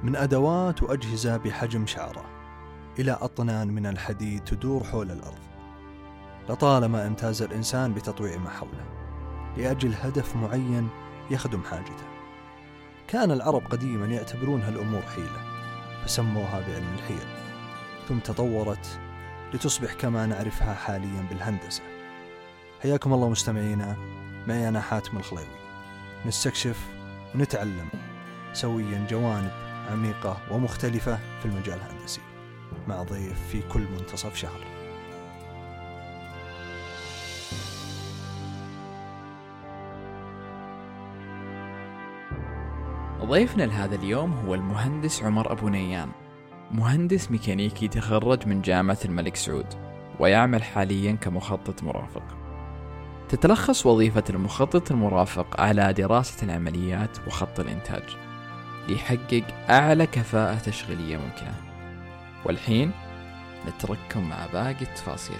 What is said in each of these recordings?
من أدوات وأجهزة بحجم شعرة إلى أطنان من الحديد تدور حول الأرض. لطالما امتاز الإنسان بتطويع ما حوله لأجل هدف معين يخدم حاجته. كان العرب قديما يعتبرون هالأمور حيلة فسموها بعلم الحيل، ثم تطورت لتصبح كما نعرفها حاليا بالهندسة. حياكم الله مستمعينا، معي أنا حاتم الخليوي، نستكشف ونتعلم سويا جوانب عميقة ومختلفة في المجال الهندسي مع ضيف في كل منتصف شهر. ضيفنا لهذا اليوم هو المهندس عمر أبو نيان، مهندس ميكانيكي تخرج من جامعة الملك سعود ويعمل حاليا كمخطط مرافق. تتلخص وظيفة المخطط المرافق على دراسة العمليات وخط الإنتاج ليحقق أعلى كفاءة تشغيلية ممكنة. والحين نترككم مع باقي التفاصيل.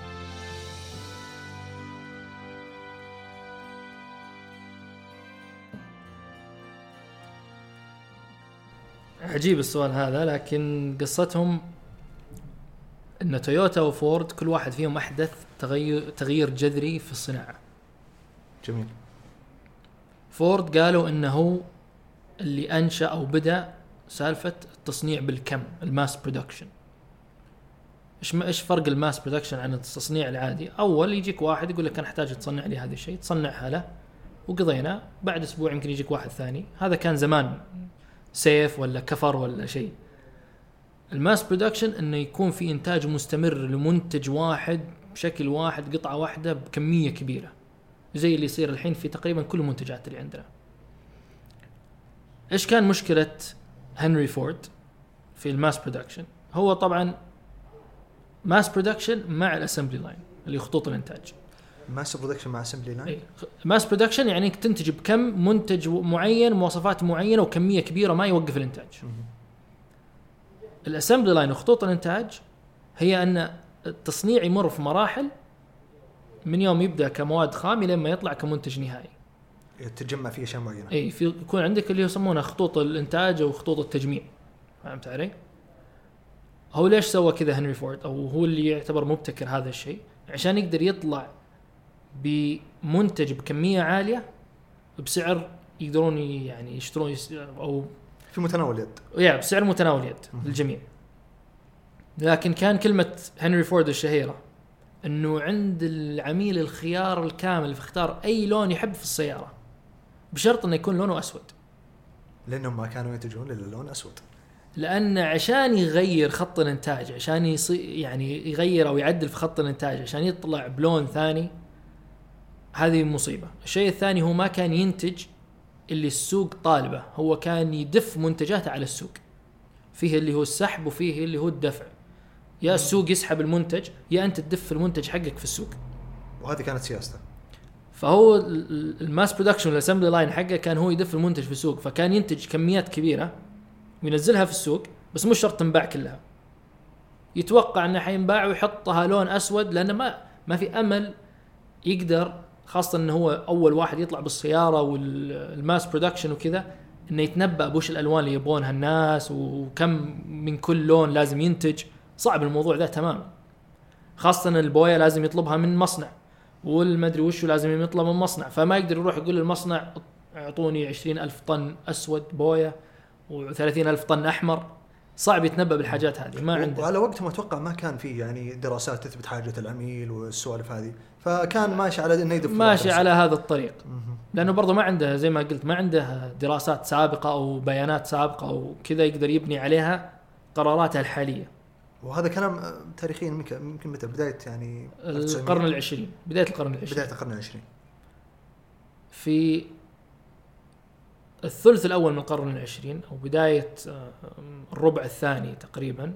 عجيب السؤال هذا، لكن قصتهم ان تويوتا وفورد كل واحد فيهم احدث تغيير جذري في الصناعة. جميل. فورد قالوا انه اللي انشأ او بدأ سالفة التصنيع بالكم، الماس برودكشن. ايش فرق الماس برودكشن عن التصنيع العادي؟ اول يجيك واحد يقول لك انا احتاج تصنع لي هذا الشيء، تصنعها له وقضينا، بعد اسبوع يمكن يجيك واحد ثاني. هذا كان زمان سيف ولا كفر ولا شيء. الماس برودكشن انه يكون في انتاج مستمر لمنتج واحد بشكل واحد، قطعة واحدة بكمية كبيرة، زي اللي يصير الحين في تقريبا كل المنتجات اللي عندنا. ايش كان مشكلة هنري فورد في الماس برودكشن؟ هو طبعا ماس برودكشن مع الاسمبلي لاين اللي خطوط الانتاج. ماس برودكشن مع اسمبلي لاين. ماس برودكشن يعني تنتج بكم منتج معين، مواصفات معينة وكمية كبيرة ما يوقف الانتاج. الاسمبلي لاين وخطوط الانتاج هي ان التصنيع يمر في مراحل، من يوم يبدأ كمواد خام لما يطلع كمنتج نهائي، تتجمع فيه اشياء معينة. اي في يكون عندك اللي يسمونه خطوط الانتاج او خطوط التجميع. فهمت علي؟ هو ليش سوى كذا هنري فورد، او هو اللي يعتبر مبتكر هذا الشيء؟ عشان يقدر يطلع بمنتج بكمية عالية بسعر يقدرون يعني يشترون او في متناول يد، بسعر متناول يد للجميع. لكن كان كلمة هنري فورد الشهيرة انه عند العميل الخيار الكامل في اختار اي لون يحب في السيارة، بشرط انه يكون لونه اسود، لانهم ما كانوا ينتجون الا اللون اسود. لان عشان يغير خط الانتاج، عشان يعني يغير او يعدل في خط الانتاج عشان يطلع بلون ثاني، هذه مصيبة. الشيء الثاني هو ما كان ينتج اللي السوق طالبه، هو كان يدف منتجاته على السوق. فيه اللي هو السحب وفيه اللي هو الدفع. يا السوق يسحب المنتج يا أنت تدف المنتج حقك في السوق. وهذه كانت سياسته. فهو الماس برودكشن والاسمبلي لاين حقه كان هو يدف المنتج في السوق، فكان ينتج كميات كبيرة وينزلها في السوق، بس مش شرط تنباع كلها. يتوقع أنه حينباع ويحطها لون أسود، لأنه ما في أمل يقدر، خاصة أنه هو أول واحد يطلع بالسيارة والماس برودكشن وكذا، أنه يتنبأ بوش الألوان اللي يبغونها الناس وكم من كل لون لازم ينتج. صعب الموضوع ذا تمام، خاصة أن البوية لازم يطلبها من مصنع، والمدري وشو لازم يطلب من مصنع، فما يقدر يروح يقول للمصنع اعطوني 20,000 طن أسود بوية و30,000 طن أحمر. صعب يتنبأ بالحاجات هذه، ما عنده. وعلى وقتها أتوقع ما كان فيه يعني دراسات تثبت حاجة العميل والسوالف هذه، فكان ماشي على إنه يدف، ماشي على هذا الطريق، لأنه برضو ما عنده زي ما قلت، ما عنده دراسات سابقة أو بيانات سابقة أو كذا يقدر يبني عليها قراراته الحالية. وهذا كلام تاريخيا يمكن متى بداية يعني القرن العشرين، بداية القرن العشرين، في الثلث الأول من القرن العشرين أو بداية الربع الثاني تقريبا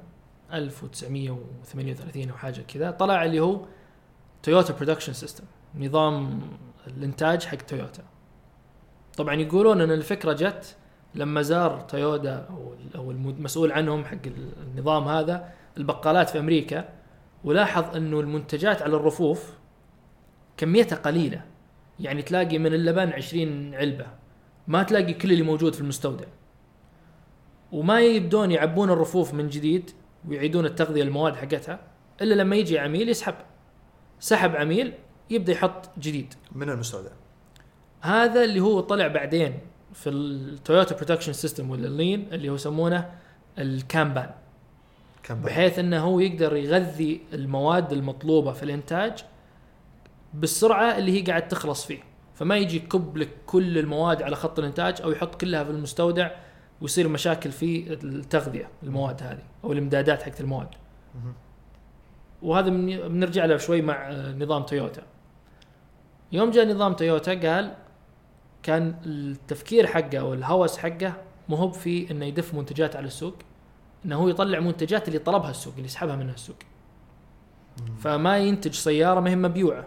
1938 أو حاجة كذا، طلع اللي هو تويوتا برودكشن سيستم، نظام الإنتاج حق تويوتا. طبعا يقولون أن الفكرة جت لما زار تويوتا أو المسؤول عنهم حق النظام هذا البقالات في أمريكا، ولاحظ أنه المنتجات على الرفوف كميتها قليلة، يعني تلاقي من اللبن 20 علبة، ما تلاقي كل اللي موجود في المستودع. وما يبدون يعبون الرفوف من جديد ويعيدون التغذية المواد حقتها إلا لما يجي عميل يسحب. سحب عميل يبدأ يحط جديد من المستودع. هذا اللي هو طلع بعدين في التويوتا برودكشن سيستم ولا اللين اللي هو يسمونه الكامبان، بحيث أنه هو يقدر يغذي المواد المطلوبة في الإنتاج بالسرعة اللي هي قاعد تخلص فيه، فما يجي يكب لك كل المواد على خط الإنتاج أو يحط كلها في المستودع ويصير مشاكل في التغذية المواد هذه أو الإمدادات حقت المواد. وهذا بنرجع له شوي مع نظام تويوتا. يوم جاء نظام تويوتا قال كان التفكير حقه والهوس حقه مهب في إنه يدف منتجات على السوق، إنه هو يطلع منتجات اللي طلبها السوق اللي يسحبها منها السوق. فما ينتج سيارة ما هي مبيوعة،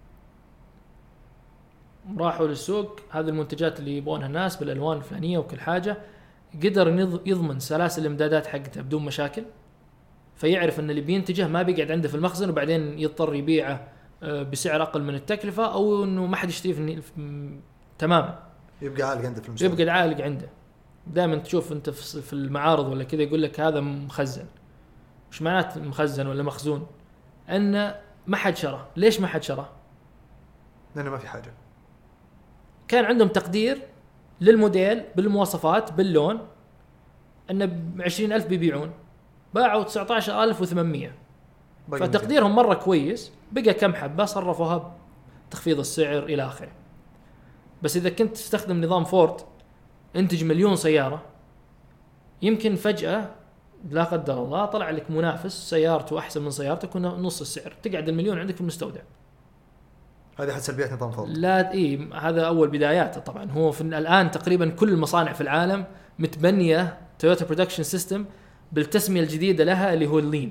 راحوا للسوق هذه المنتجات اللي يبغونها الناس بالألوان الفلانية وكل حاجة، قدر يضمن سلاسل الإمدادات حقته بدون مشاكل، فيعرف أن اللي بينتجه ما بيقعد عنده في المخزن وبعدين يضطر يبيعه بسعر أقل من التكلفة، أو أنه ما حد يشتريه تماما، يبقى عالق عنده في المستودع. يبقى عالق عنده. دائما تشوف أنت في المعارض ولا كذا يقول لك هذا مخزن. مش معناته مخزن ولا مخزون، أن ما حد شرى. ليش ما حد شرى؟ لأنه ما في حاجة. كان عندهم تقدير للموديل بالمواصفات باللون أن 20,000 بيبيعون، باعوا 19,800، فتقديرهم مرة كويس. بقى كم حبة صرفوها بتخفيض السعر إلى آخره. بس إذا كنت تستخدم نظام فورد انتج 1,000,000 سيارة، يمكن فجأة لا قدر الله طلع لك منافس سيارته أحسن من سيارتك ونص السعر، تقعد 1,000,000 عندك في المستودع. هذه حد سلبيات نظام فورد. لا هذا أول بداياته. طبعا هو الآن تقريبا كل المصانع في العالم متبنية تويوتا برودكشن سيستم بالتسمية الجديدة لها اللي هو اللين.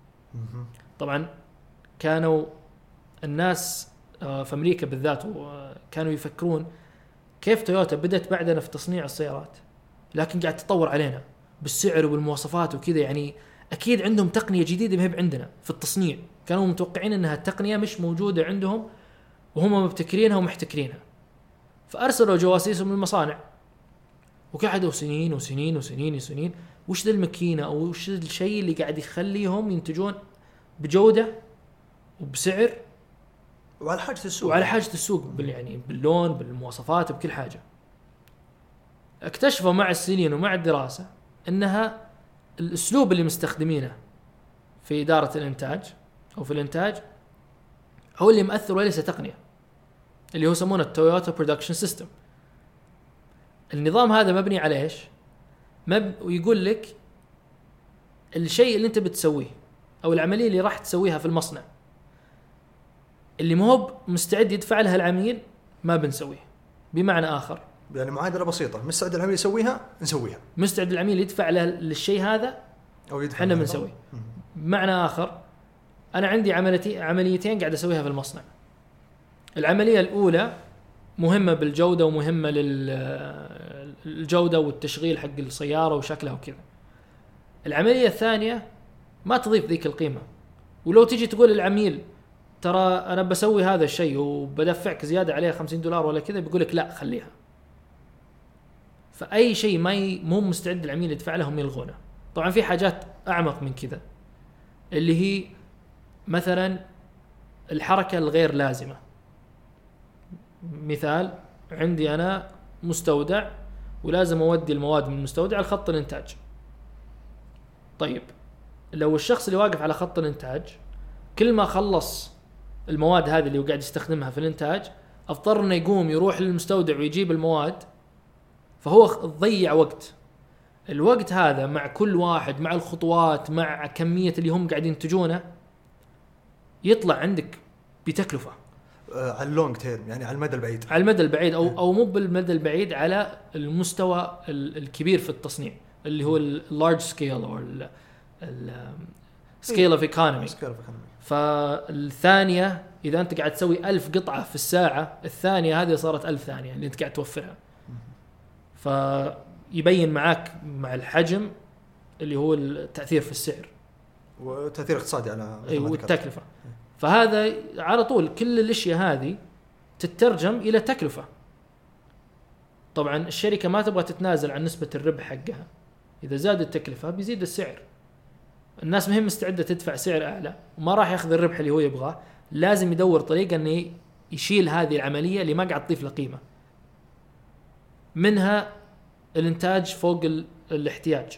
طبعا كانوا الناس في أمريكا بالذات كانوا يفكرون كيف تويوتا بدأت بعدنا في تصنيع السيارات، لكن قاعد تطور علينا بالسعر وبالمواصفات وكذا، يعني أكيد عندهم تقنية جديدة ما هي عندنا في التصنيع. كانوا متوقعين أنها التقنية مش موجودة عندهم وهم مبتكرينها ومحتكرينها، فأرسلوا جواسيسهم من المصانع وقعدوا سنين وسنين وسنين وسنين. وش ذا الماكينة أو وش الشيء اللي قاعد يخليهم ينتجون بجودة وبسعر وعلى حاجة السوق يعني باللون بالمواصفات بكل حاجة. اكتشفوا مع السنين ومع الدراسة أنها الأسلوب اللي مستخدمينه في إدارة الإنتاج أو في الإنتاج هو اللي مؤثر وليس تقنية، اللي هو يسمونه التويوتا برودكشن سيستم. النظام هذا مبني على إيش؟ ويقول لك الشيء اللي أنت بتسويه أو العملية اللي راح تسويها في المصنع اللي مهب مستعد يدفع لها العميل ما بنسويه. بمعنى آخر يعني معادلة بسيطة، مستعد العميل يسويها نسويها، مستعد العميل يدفع له للشيء هذا أو يدفع احنا بنسويه. بمعنى آخر أنا عندي عمليتين قاعد أسويها في المصنع. العملية الأولى مهمة بالجودة ومهمة للجودة والتشغيل حق السيارة وشكلها وكذا. العملية الثانية ما تضيف ذيك القيمة، ولو تيجي تقول للعميل ترى أنا بسوي هذا الشيء وبدفعك زيادة عليه $50 ولا كذا، بيقولك لا خليها. فأي شيء مو مستعد العميل يدفع لهم يلغونه. طبعا في حاجات أعمق من كذا، اللي هي مثلا الحركة الغير لازمة. مثال، عندي أنا مستودع ولازم أودي المواد من المستودع على خط الإنتاج. طيب لو الشخص اللي واقف على خط الإنتاج كل ما خلص المواد هذه اللي هو قاعد يستخدمها في الإنتاج أضطر إنه يقوم يروح للمستودع ويجيب المواد، فهو ضيع وقت. الوقت هذا مع كل واحد مع الخطوات مع كمية اللي هم قاعدين ينتجونه يطلع عندك بتكلفة على اللونج تيرم، يعني على المدى البعيد. على المدى البعيد أو مو بالمدى البعيد، على المستوى الكبير في التصنيع اللي هو اللارج سكيل أو السكيل اوف ايكونومي. فالثانية إذا أنت قاعد تسوي 1000 قطعة في الساعة، الثانية هذه صارت 1000 ثانية اللي أنت قاعد توفرها. فيبين معاك مع الحجم اللي هو التأثير في السعر وتأثير اقتصادي على والتكلفة. فهذا على طول كل الاشياء هذه تترجم إلى تكلفة. طبعا الشركة ما تبغى تتنازل عن نسبة الربح حقها، إذا زاد التكلفة بيزيد السعر. الناس مهم مستعدة تدفع سعر أعلى وما راح يأخذ الربح اللي هو يبغاه، لازم يدور طريقة أنه يشيل هذه العملية اللي ما قاعد تضيف له قيمة. منها الإنتاج فوق الاحتياج،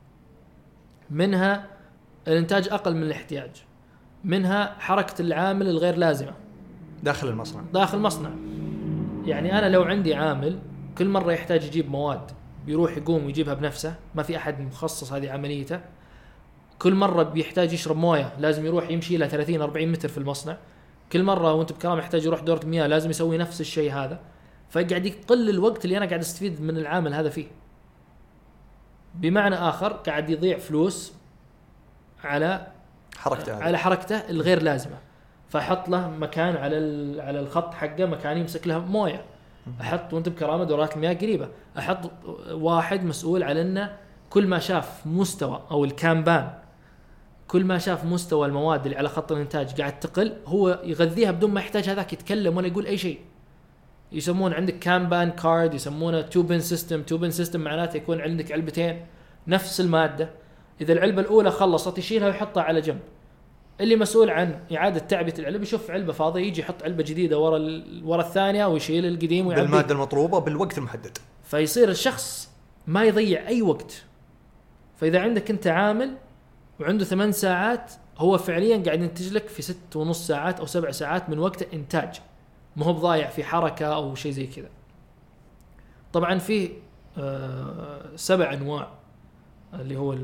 منها الإنتاج أقل من الاحتياج، منها حركة العامل الغير لازمة داخل المصنع. يعني أنا لو عندي عامل كل مرة يحتاج يجيب مواد بيروح يقوم ويجيبها بنفسه، ما في أحد مخصص هذه عمليته، كل مرة بيحتاج يشرب موية لازم يروح يمشي له 30-40 متر في المصنع، كل مرة وانت بكرام يحتاج يروح دورة مياه لازم يسوي نفس الشيء هذا، فقاعد يقل الوقت اللي أنا قاعد استفيد من العامل هذا فيه. بمعنى آخر قاعد يضيع فلوس على حركته الغير لازمة. فأحط له مكان على الخط حقه، مكان يمسك له موية، أحط وانت بكرامة دورات المياه قريبة، أحط واحد مسؤول على أنه كل ما شاف مستوى أو الكامبان، كل ما شاف مستوى المواد اللي على خط الإنتاج قاعد تقل هو يغذيها بدون ما يحتاج هذاك يتكلم ولا يقول أي شيء. يسمون عندك كامبان كارد، يسمونه توبن سيستم معناته يكون عندك علبتين نفس المادة، إذا العلبة الأولى خلصت يشيلها ويحطها على جنب، اللي مسؤول عن إعادة تعبئة العلبة يشوف علبة فاضية يجي يحط علبة جديدة ورا الثانية ويشيل القديم ويعبي بالمادة المطلوبة بالوقت المحدد. فيصير الشخص ما يضيع أي وقت. فإذا عندك أنت عامل وعنده 8 ساعات، هو فعليا قاعد ينتج لك في 6.5 ساعات أو 7 ساعات من وقت إنتاج، ما هو بضايع في حركة أو شيء زي كذا. طبعا فيه 7 أنواع اللي هو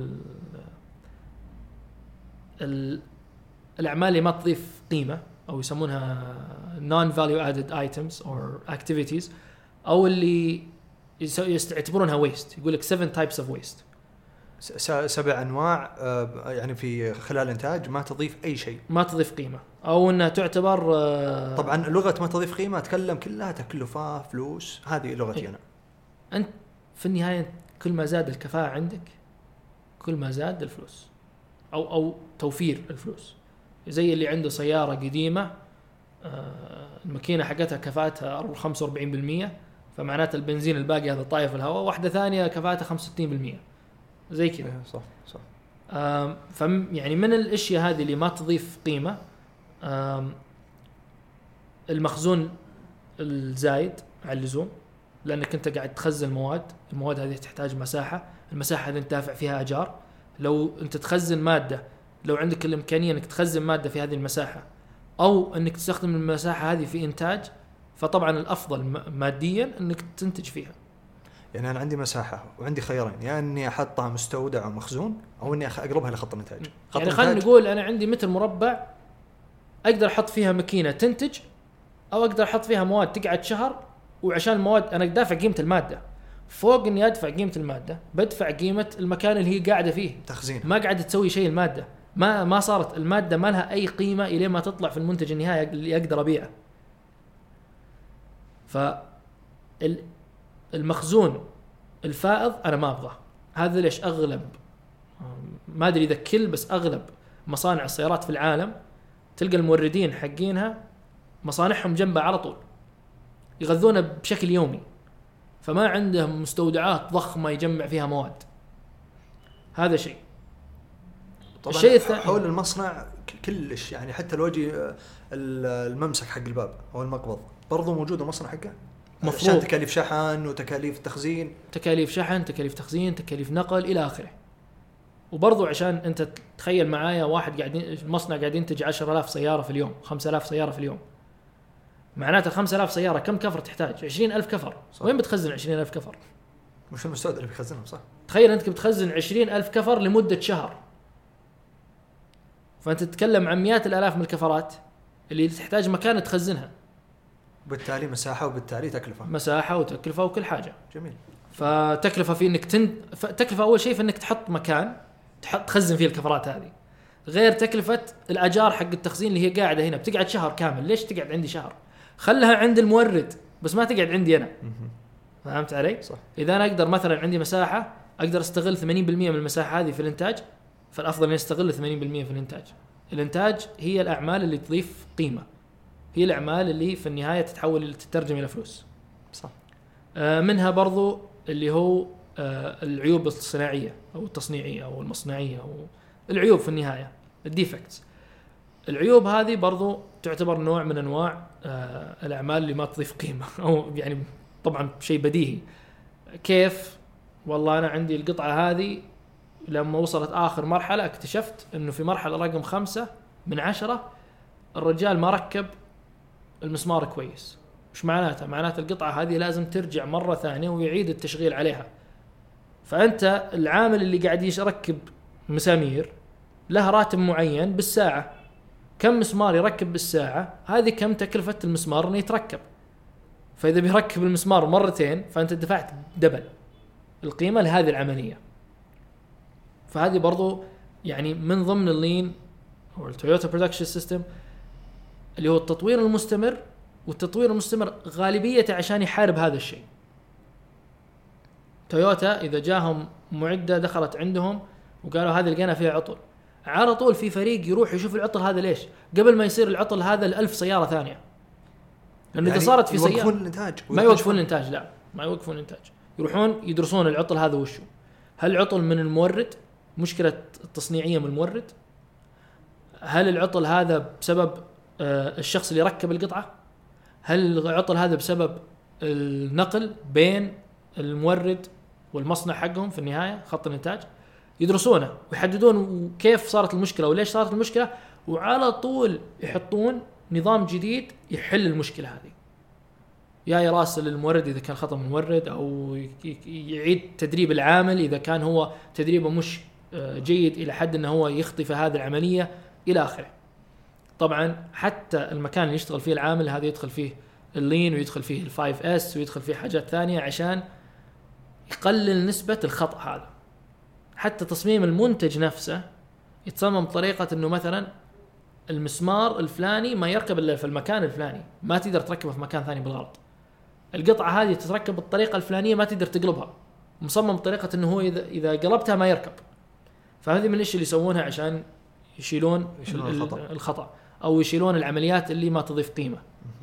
الأعمال اللي ما تضيف قيمة، أو يسمونها non-value added items or activities، أو اللي يعتبرونها waste. يقول لك 7 types of waste. 7 أنواع يعني في خلال إنتاج ما تضيف أي شيء، ما تضيف قيمة، أو أنها تعتبر طبعا لغة ما تضيف قيمة أتكلم كلها تكلفة فلوس، هذه لغتي أنا. أنت في النهاية كل ما زاد الكفاءة عندك كل ما زاد الفلوس أو توفير الفلوس. زي اللي عنده سيارة قديمة الماكينة حقتها كفاءتها 45%، فمعناته البنزين الباقي هذا طايف في الهواء، واحدة ثانية كفاءتها 65%، زي كذا. صح. يعني من الاشياء هذه اللي ما تضيف قيمة المخزون الزايد على اللزوم، لأنك أنت قاعد تخزن المواد هذه تحتاج المساحة هذه تدافع فيها أجار. لو أنت تخزن مادة، لو عندك الإمكانية أنك تخزن مادة في هذه المساحة أو أنك تستخدم المساحة هذه في إنتاج، فطبعا الأفضل ماديا أنك تنتج فيها. يعني أنا عندي مساحة وعندي خيارين، يعني أني أحطها مستودع أو مخزون، أو أني أقربها لخط الإنتاج. يعني خلينا نقول أنا عندي متر مربع أقدر أحط فيها ماكينة تنتج، أو أقدر أحط فيها مواد تقعد شهر، وعشان المواد أنا دافع قيمة المادة، فوق إني أدفع قيمة المادة بدفع قيمة المكان اللي هي قاعدة فيه تخزين. ما قاعدة تسوي شيء المادة، ما صارت المادة ما لها أي قيمة إلى ما تطلع في المنتج النهائي اللي أقدر أبيعه. فالمخزون الفائض أنا ما أبغاه. هذا ليش أغلب، ما أدري إذا كل، بس أغلب مصانع السيارات في العالم تلقى الموردين حقينها مصانعهم جنبها على طول، يغذونه بشكل يومي، فما عندهم مستودعات ضخمة يجمع فيها مواد. هذا شيء. طبعا الشيء الثاني حول المصنع كلش، يعني حتى الوجه الممسك حق الباب أو المقبض برضو موجود المصنع حقه، عشان تكاليف شحن وتكاليف تخزين، تكاليف تخزين، تكاليف نقل إلى آخره. وبرضو عشان أنت تخيل معايا واحد المصنع قاعد ينتج 10,000 سيارة في اليوم، 5,000 سيارة في اليوم، معناته 5,000 سيارة كم كفر تحتاج؟ 20,000 كفر. صح. وين بتخزن 20,000 كفر؟ مش المستودع اللي بيخزنهم. صح. تخيل أنت بتخزن 20,000 كفر لمدة شهر، فأنت تتكلم عن مئات الآلاف من الكفرات اللي تحتاج مكان تخزنها، بالتالي مساحة، وبالتالي تكلفة، مساحة وتكلفة وكل حاجة. جميل. فتكلفة في إنك تكلفة أول شيء في إنك تحط مكان تخزن فيه الكفرات هذه، غير تكلفة الأجار حق التخزين اللي هي قاعدة هنا بتقعد شهر كامل. ليش تقعد عندي شهر؟ خلها عند المورد بس ما تقعد عندي أنا. فهمت علي؟ صح. إذا أنا أقدر مثلا عندي مساحة أقدر أستغل 80% من المساحة هذه في الإنتاج، فالأفضل أن أستغل 80% في الإنتاج. الإنتاج هي الأعمال اللي تضيف قيمة، هي الأعمال اللي في النهاية تتحول تترجم إلى فلوس. صح. منها برضو اللي هو العيوب الصناعية أو التصنيعية أو المصنعية أو العيوب في النهاية الديفكتس. العيوب هذه برضو تعتبر نوع من أنواع الأعمال اللي ما تضيف قيمة، أو يعني طبعا شيء بديهي. كيف؟ والله أنا عندي القطعة هذه لما وصلت آخر مرحلة اكتشفت أنه في مرحلة رقم 5 من 10 الرجال ما ركب المسمار كويس. مش معناتها؟ معناتها القطعة هذه لازم ترجع مرة ثانية ويعيد التشغيل عليها. فأنت العامل اللي قاعد يركب مسامير له راتب معين بالساعة، كم مسمار يركب بالساعة، هذه كم تكلفة المسمار انه يتركب. فإذا بيركب المسمار مرتين فأنت دفعت دبل القيمة لهذه العملية. فهذه برضو يعني من ضمن اللين أو التويوتا برودكشن سيستم اللي هو التطوير المستمر. والتطوير المستمر غالبيته عشان يحارب هذا الشيء. تويوتا إذا جاهم معدة دخلت عندهم وقالوا هذه لقينا فيها عطل، على طول في فريق يروح يشوف العطل هذا ليش قبل ما يصير العطل هذا ل1000 سيارة ثانية. لأن يعني إذا صارت في سيارة ما يوقفون الإنتاج، لا ما يوقفون الإنتاج، يروحون يدرسون العطل هذا وشو. هل العطل من المورد، مشكلة التصنيعية من المورد؟ هل العطل هذا بسبب الشخص اللي ركب القطعة؟ هل العطل هذا بسبب النقل بين المورد والمصنع حقهم في النهاية خط الإنتاج؟ يدرسونه ويحددون كيف صارت المشكلة وليش صارت المشكلة، وعلى طول يحطون نظام جديد يحل المشكلة هذه. يا يراسل المورد إذا كان خطأ من المورد، أو يعيد تدريب العامل إذا كان هو تدريبه مش جيد إلى حد أنه هو يخطي في هذه العملية إلى آخره. طبعا حتى المكان اللي يشتغل فيه العامل هذا يدخل فيه اللين ويدخل فيه ال5S ويدخل فيه حاجات ثانية عشان يقلل نسبة الخطأ هذا. حتى تصميم المنتج نفسه يتصمم بطريقة أنه مثلا المسمار الفلاني ما يركب إلا في المكان الفلاني، ما تقدر تركبه في مكان ثاني بالغلط. القطعة هذه تتركب بالطريقة الفلانية ما تقدر تقلبها، مصمم بطريقة أنه هو إذا قلبتها ما يركب. فهذه من الاشياء اللي يسوونها عشان يشيلون الخطأ أو يشيلون العمليات اللي ما تضيف قيمة.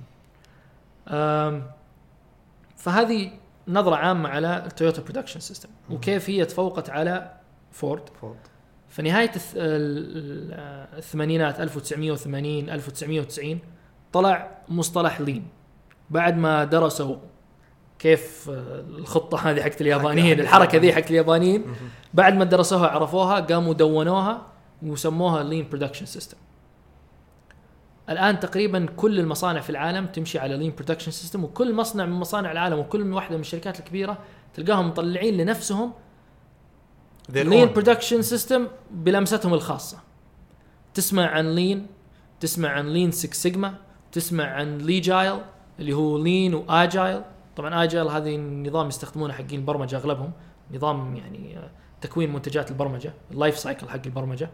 فهذه نظرة عامة على التويوتا برودكشن سيستم وكيف هي تفوقت على فورد. في نهاية الثمانينات 1980 1990 طلع مصطلح لين بعد ما درسوا كيف الخطة هذه حقت اليابانيين، الحركة ذي حقت اليابانيين، بعد ما درسوها عرفوها قاموا دونوها وسموها لين برودكشن سيستم. الآن تقريبا كل المصانع في العالم تمشي على لين برودكشن سيستم، وكل مصنع من مصانع العالم وكل واحدة من الشركات الكبيرة تلقاهم مطلعين لنفسهم لين برودكشن سيستم بلمستهم الخاصة. تسمع عن لين، تسمع عن لين 6 سيجما، تسمع عن ليجايل اللي هو لين وآجايل. طبعا آجايل هذه النظام يستخدمونه حقين البرمجة أغلبهم، نظام يعني تكوين منتجات البرمجة، اللايف سايكل حق البرمجة.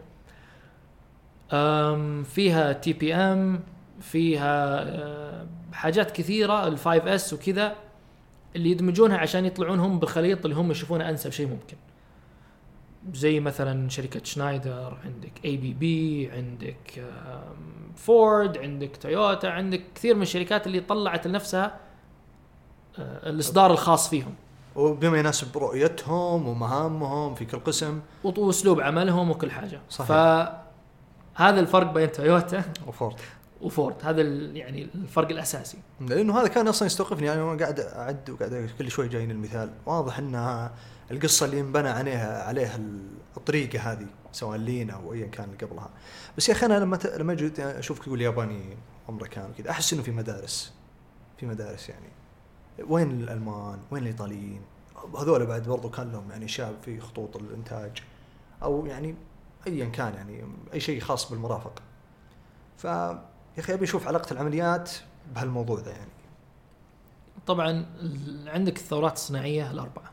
فيها TPM، فيها حاجات كثيرة، ال5S وكذا اللي يدمجونها عشان يطلعونهم بالخليط اللي هم يشوفونه أنسب شيء ممكن. زي مثلا شركة شنايدر، عندك ABB، عندك فورد، عندك تويوتا، عندك كثير من الشركات اللي طلعت لنفسها الإصدار الخاص فيهم وبما يناسب رؤيتهم ومهامهم في كل قسم وأسلوب عملهم وكل حاجة. صحيح. فهذا الفرق بين تويوتا وفورد هذا يعني الفرق الأساسي. لأنه هذا كان أصلا يستوقفني، يعني أنا قاعد أعد وقاعد كل شوي جايين المثال واضح أنها القصة اللي انبنى عليها الطريقة هذه سواء لين أو أي كان قبلها. بس يا أخي أنا لما أجد أشوفك يقول ياباني أمريكان وكذا أحس إنه في مدارس يعني وين الألمان وين الإيطاليين، هذول بعد برضو كان لهم يعني شاب في خطوط الإنتاج أو يعني أيا كان يعني أي شيء خاص بالمرافق. يا أخي أبي أشوف علاقة العمليات بهالموضوع ده. يعني طبعا عندك الثورات الصناعية الأربعة.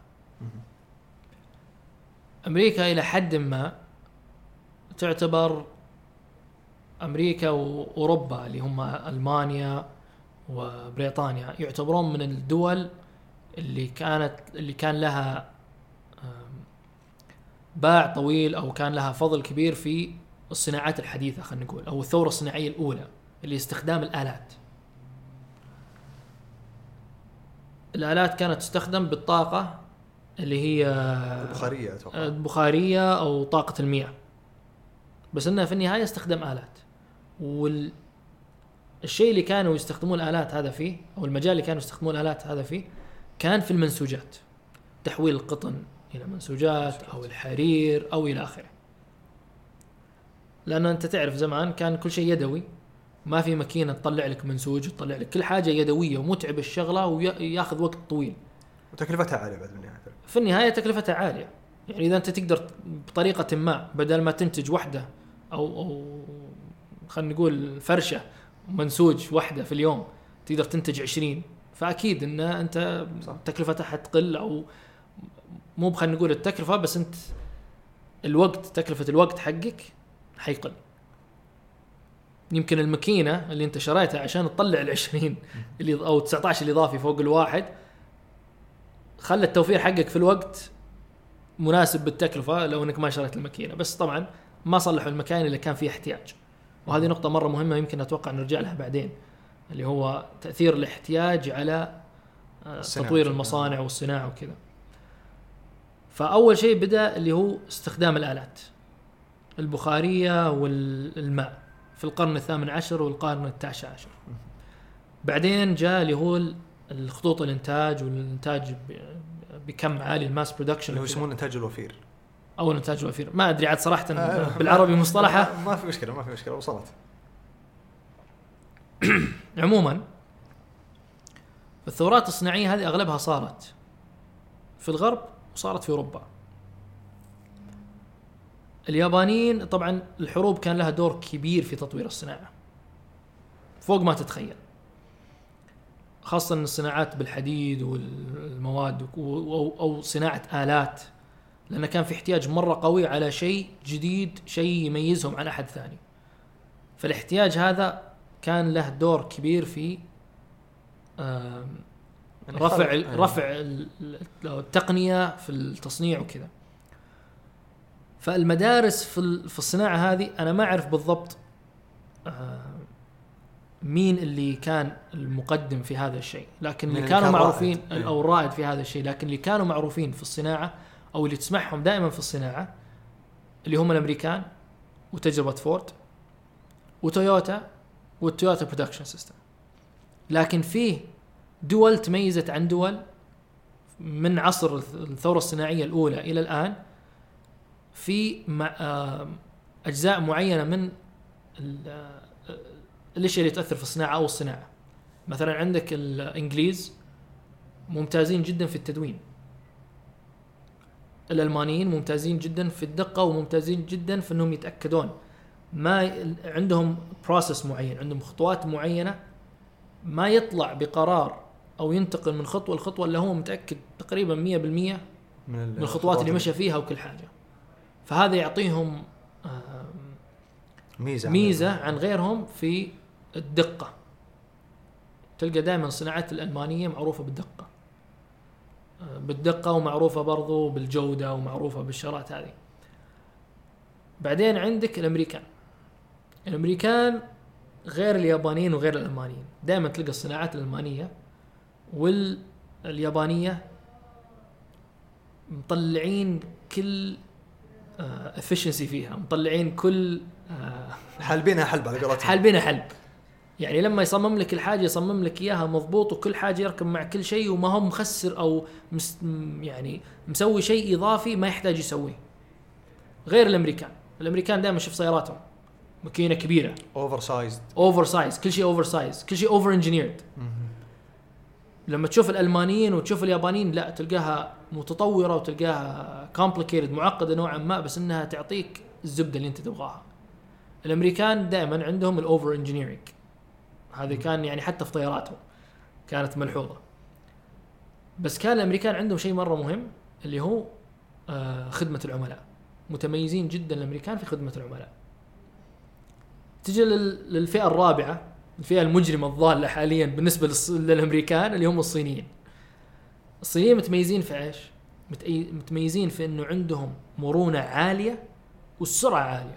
أمريكا إلى حد ما تعتبر أمريكا وأوروبا اللي هم ألمانيا وبريطانيا يعتبرون من الدول اللي كان لها باع طويل أو كان لها فضل كبير في الصناعات الحديثة، خلينا نقول، أو الثورة الصناعية الأولى اللي استخدام الآلات. الآلات كانت تستخدم بالطاقة اللي هي البخارية أتوقع. البخارية أو طاقة المياه، بس إنها في النهاية استخدم آلات. والشيء اللي كانوا يستخدمون الآلات هذا فيه، أو المجال اللي كانوا يستخدمون الآلات هذا فيه، كان في المنسوجات، تحويل القطن إلى منسوجات أو الحرير أو إلى آخره. لأنه أنت تعرف زمان كان كل شيء يدوي، ما في ماكينة تطلع لك منسوج وتطلع لك، كل حاجة يدوية ومتعب الشغلة وياخذ وقت طويل، وتكلفتها عالية بعد النهاية. في النهاية تكلفتها عالية. يعني إذا أنت تقدر بطريقة ما بدل ما تنتج واحدة أو خلينا نقول فرشة منسوج واحدة في اليوم تقدر تنتج 20، فأكيد إن أنت تكلفتها حتقل، أو مو خلينا نقول التكلفة بس، أنت الوقت، تكلفة الوقت حقك حيقل. يمكن الماكينة اللي أنت شريتها عشان تطلع 20 اللي أو 19 الإضافي فوق الواحد، خلى التوفير حقك في الوقت مناسب بالتكلفة لو أنك ما شريت الماكينة. بس طبعا ما صلحوا المكان اللي كان فيه احتياج، وهذه نقطة مرة مهمة يمكن أتوقع نرجع لها بعدين، اللي هو تأثير الاحتياج على تطوير المصانع والصناعة وكذا. فأول شيء بدأ اللي هو استخدام الآلات البخارية والماء في القرن 18 والقرن 19. بعدين جاء اللي هو الخطوط الانتاج والانتاج بكم عالي، الماس برودكشن، اللي هو يسمونه الانتاج الوفير او الانتاج الوفير. ما ادري عاد صراحه بالعربي مصطلحه، ما في مشكله وصلت. عموما الثورات الصناعيه هذه اغلبها صارت في الغرب وصارت في اوروبا. اليابانيين طبعا الحروب كان لها دور كبير في تطوير الصناعه فوق ما تتخيل، خاصة الصناعات بالحديد والمواد أو صناعة آلات، لأن كان في احتياج مرة قوي على شيء جديد، شيء يميزهم عن أحد ثاني. فالاحتياج هذا كان له دور كبير في رفع التقنية في التصنيع وكذا. فالمدارس في الصناعة هذه أنا ما أعرف بالضبط مين اللي كان المقدم في هذا الشيء، لكن اللي كانوا معروفين أو الرائد في هذا الشيء، لكن اللي كانوا معروفين في الصناعة أو اللي تسمعهم دائما في الصناعة اللي هم الأمريكان وتجربة فورد وتويوتا والتويوتا برودكشن سيستم. لكن فيه دول تميزت عن دول من عصر الثورة الصناعية الأولى إلى الآن في أجزاء معينة من الاشياء اللي تأثر في الصناعة أو الصناعة. مثلا عندك الإنجليز ممتازين جدا في التدوين، الألمانيين ممتازين جدا في الدقة وممتازين جدا في أنهم يتأكدون ما عندهم بروسس معين، عندهم خطوات معينة، ما يطلع بقرار أو ينتقل من خطوة لخطوة اللي هو متأكد تقريبا 100% من الخطوات اللي مشى فيها وكل حاجة. فهذا يعطيهم ميزة عن غيرهم في الدقة. تلقى دائما الصناعات الألمانية معروفة بالدقة ومعروفة برضو بالجودة ومعروفة بالشغلات هذه. بعدين عندك الأمريكان غير اليابانيين وغير الألمانيين. دائما تلقى الصناعات الألمانية واليابانية مطلعين كل efficiency فيها، مطلعين كل حلبينها حلب على قولتهم، حلبينها حلب. يعني لما يصمم لك الحاجة يصمم لك إياها مضبوط وكل حاجة يركب مع كل شيء، وما هو مخسر أو يعني مسوي شيء إضافي ما يحتاج يسويه. غير الأمريكان دائما شوف سياراتهم ماكينة كبيرة اوفر سايز، كل شيء اوفر سايز، كل شيء اوفر انجينيرد. لما تشوف الألمانيين وتشوف اليابانيين لا تلقاها متطورة وتلقاها complicated معقدة نوعا ما، بس إنها تعطيك الزبدة اللي أنت تبغاها. الأمريكان دائما عندهم الأوفر انجينيرينج، هذه كان يعني حتى في طياراتهم كانت ملحوظة. بس كان الأمريكان عندهم شيء مرة مهم اللي هو خدمة العملاء. متميزين جدا الأمريكان في خدمة العملاء. تجي للفئة الرابعة، الفئة المجرمة الضالة حاليا بالنسبة للأمريكان اللي هم الصينيين. الصينيين متميزين في إيش؟ متميزين في إنه عندهم مرونة عالية والسرعة عالية.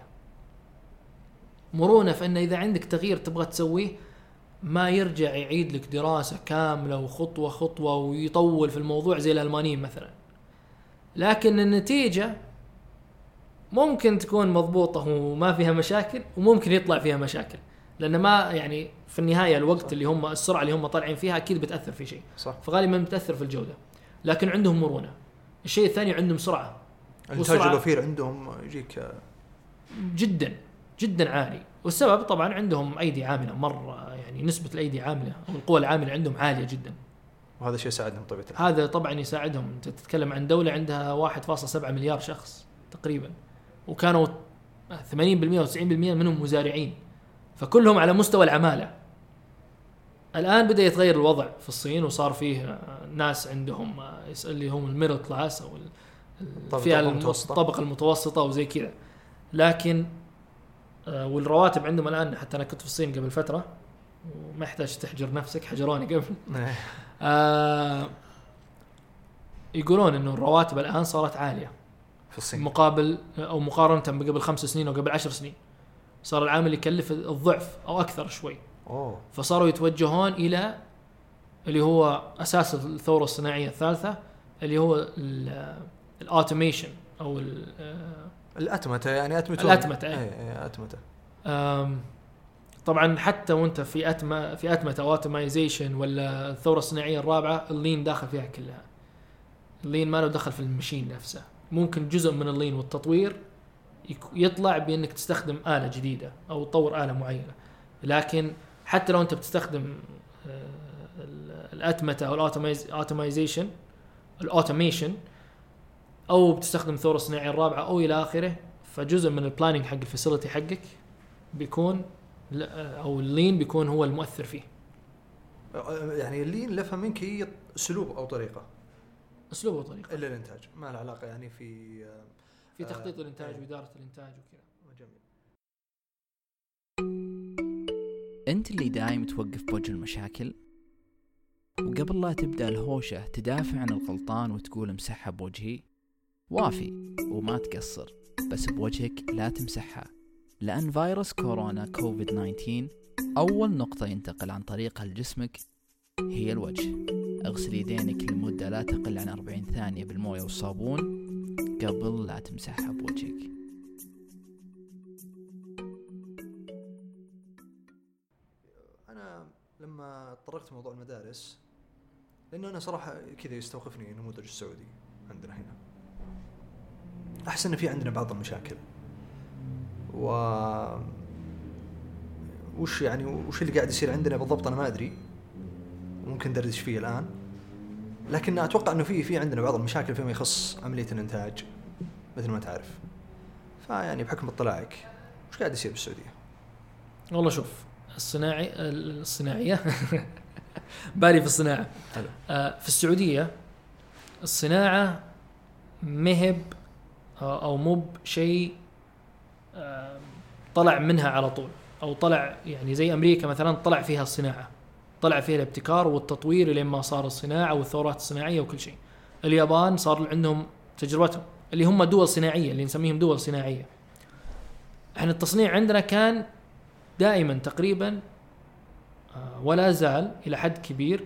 مرونة فإن إذا عندك تغيير تبغى تسويه ما يرجع يعيد لك دراسة كاملة وخطوة خطوة ويطول في الموضوع زي الألمانيين مثلا. لكن النتيجة ممكن تكون مضبوطة وما فيها مشاكل، وممكن يطلع فيها مشاكل، لأن ما يعني في النهاية الوقت اللي هم السرعة اللي هم طالعين فيها أكيد بتأثر في شيء، فغالبا بتأثر في الجودة. لكن عندهم مرونة. الشيء الثاني عندهم سرعة، الإنتاج الوفير عندهم يجيك جدا جدا عالي. والسبب طبعا عندهم أيدي عاملة مرة، يعني نسبة الأيدي عاملة أو القوة العاملة عندهم عالية جدا، وهذا شيء يساعدهم طبعا. هذا طبعا يساعدهم. أنت تتكلم عن دولة عندها 1.7 مليار شخص تقريبا، وكانوا 80% و 90% منهم مزارعين، فكلهم على مستوى العمالة. الآن بدأ يتغير الوضع في الصين، وصار فيه ناس عندهم اللي هم الميدل كلاس أو فيها الطبقة المتوسطة وزي كذا. لكن والرواتب عندهم الآن، حتى أنا كنت في الصين قبل فترة وما يحتاج تحجر نفسك، حجروني قبل. يقولون إنه الرواتب الآن صارت عالية في الصين مقابل أو مقارنة بقبل 5 سنين أو قبل 10 سنين. صار العامل يكلف الضعف أو أكثر شوي. فصاروا يتوجهون إلى اللي هو أساس الثورة الصناعية الثالثة، اللي هو الأوتوميشن أو الأتمتة. يعني أتمتة. طبعا حتى وانت في أتمتة أوتومايزيشن ولا الثورة الصناعية الرابعة، اللين داخل فيها كلها. اللين ما له دخل في المشين نفسه. ممكن جزء من اللين والتطوير يطلع بأنك تستخدم آلة جديدة أو تطور آلة معينة، لكن حتى لو أنت بتستخدم الأتمتة أو الأوتومايزيشن الأوتوميشن أو بتستخدم الثورة الصناعية الرابعة أو إلى آخره، فجزء من البلانينج حق الفاسيلتي حقك بيكون أو اللين بيكون هو المؤثر فيه. يعني اللين لفهم منك هي أسلوب أو طريقة إلا الإنتاج، ما له علاقة يعني في تخطيط الإنتاج وإدارة الإنتاج وكذا. جميل. أنت اللي دايم توقف بوجه المشاكل، وقبل لا تبدأ الهوشة تدافع عن الغلطان وتقول امسحها بوجهي. وافي وما تقصر، بس بوجهك لا تمسحها، لأن فيروس كورونا كوفيد-19 أول نقطة ينتقل عن طريقها لجسمك هي الوجه. اغسل يدينك لمدة لا تقل عن 40 ثانية بالموية والصابون قبل لا تمسحها بوجهك. أنا لما طرقت موضوع المدارس، لأنه أنا صراحة كذا يستوقفني النموذج السعودي عندنا هنا. أحس إن في عندنا بعض المشاكل، وش اللي قاعد يصير عندنا بالضبط أنا ما أدري، ممكن دردش فيه الآن، لكن أتوقع إنه في عندنا بعض المشاكل فيما يخص عملية الإنتاج مثل ما تعرف. فيعني بحكم اطلاعك وش قاعد يصير بالسعودية؟ والله شوف، الصناعية بالي في الصناعة. في السعودية الصناعة مهب أو مب شيء طلع منها على طول، أو طلع يعني زي أمريكا مثلا طلع فيها الصناعة، طلع فيها الابتكار والتطوير لما صار الصناعة والثورات الصناعية وكل شيء. اليابان صار عندهم تجربتهم اللي هم دول صناعية، اللي نسميهم دول صناعية. احنا التصنيع عندنا كان دائما تقريبا ولا زال إلى حد كبير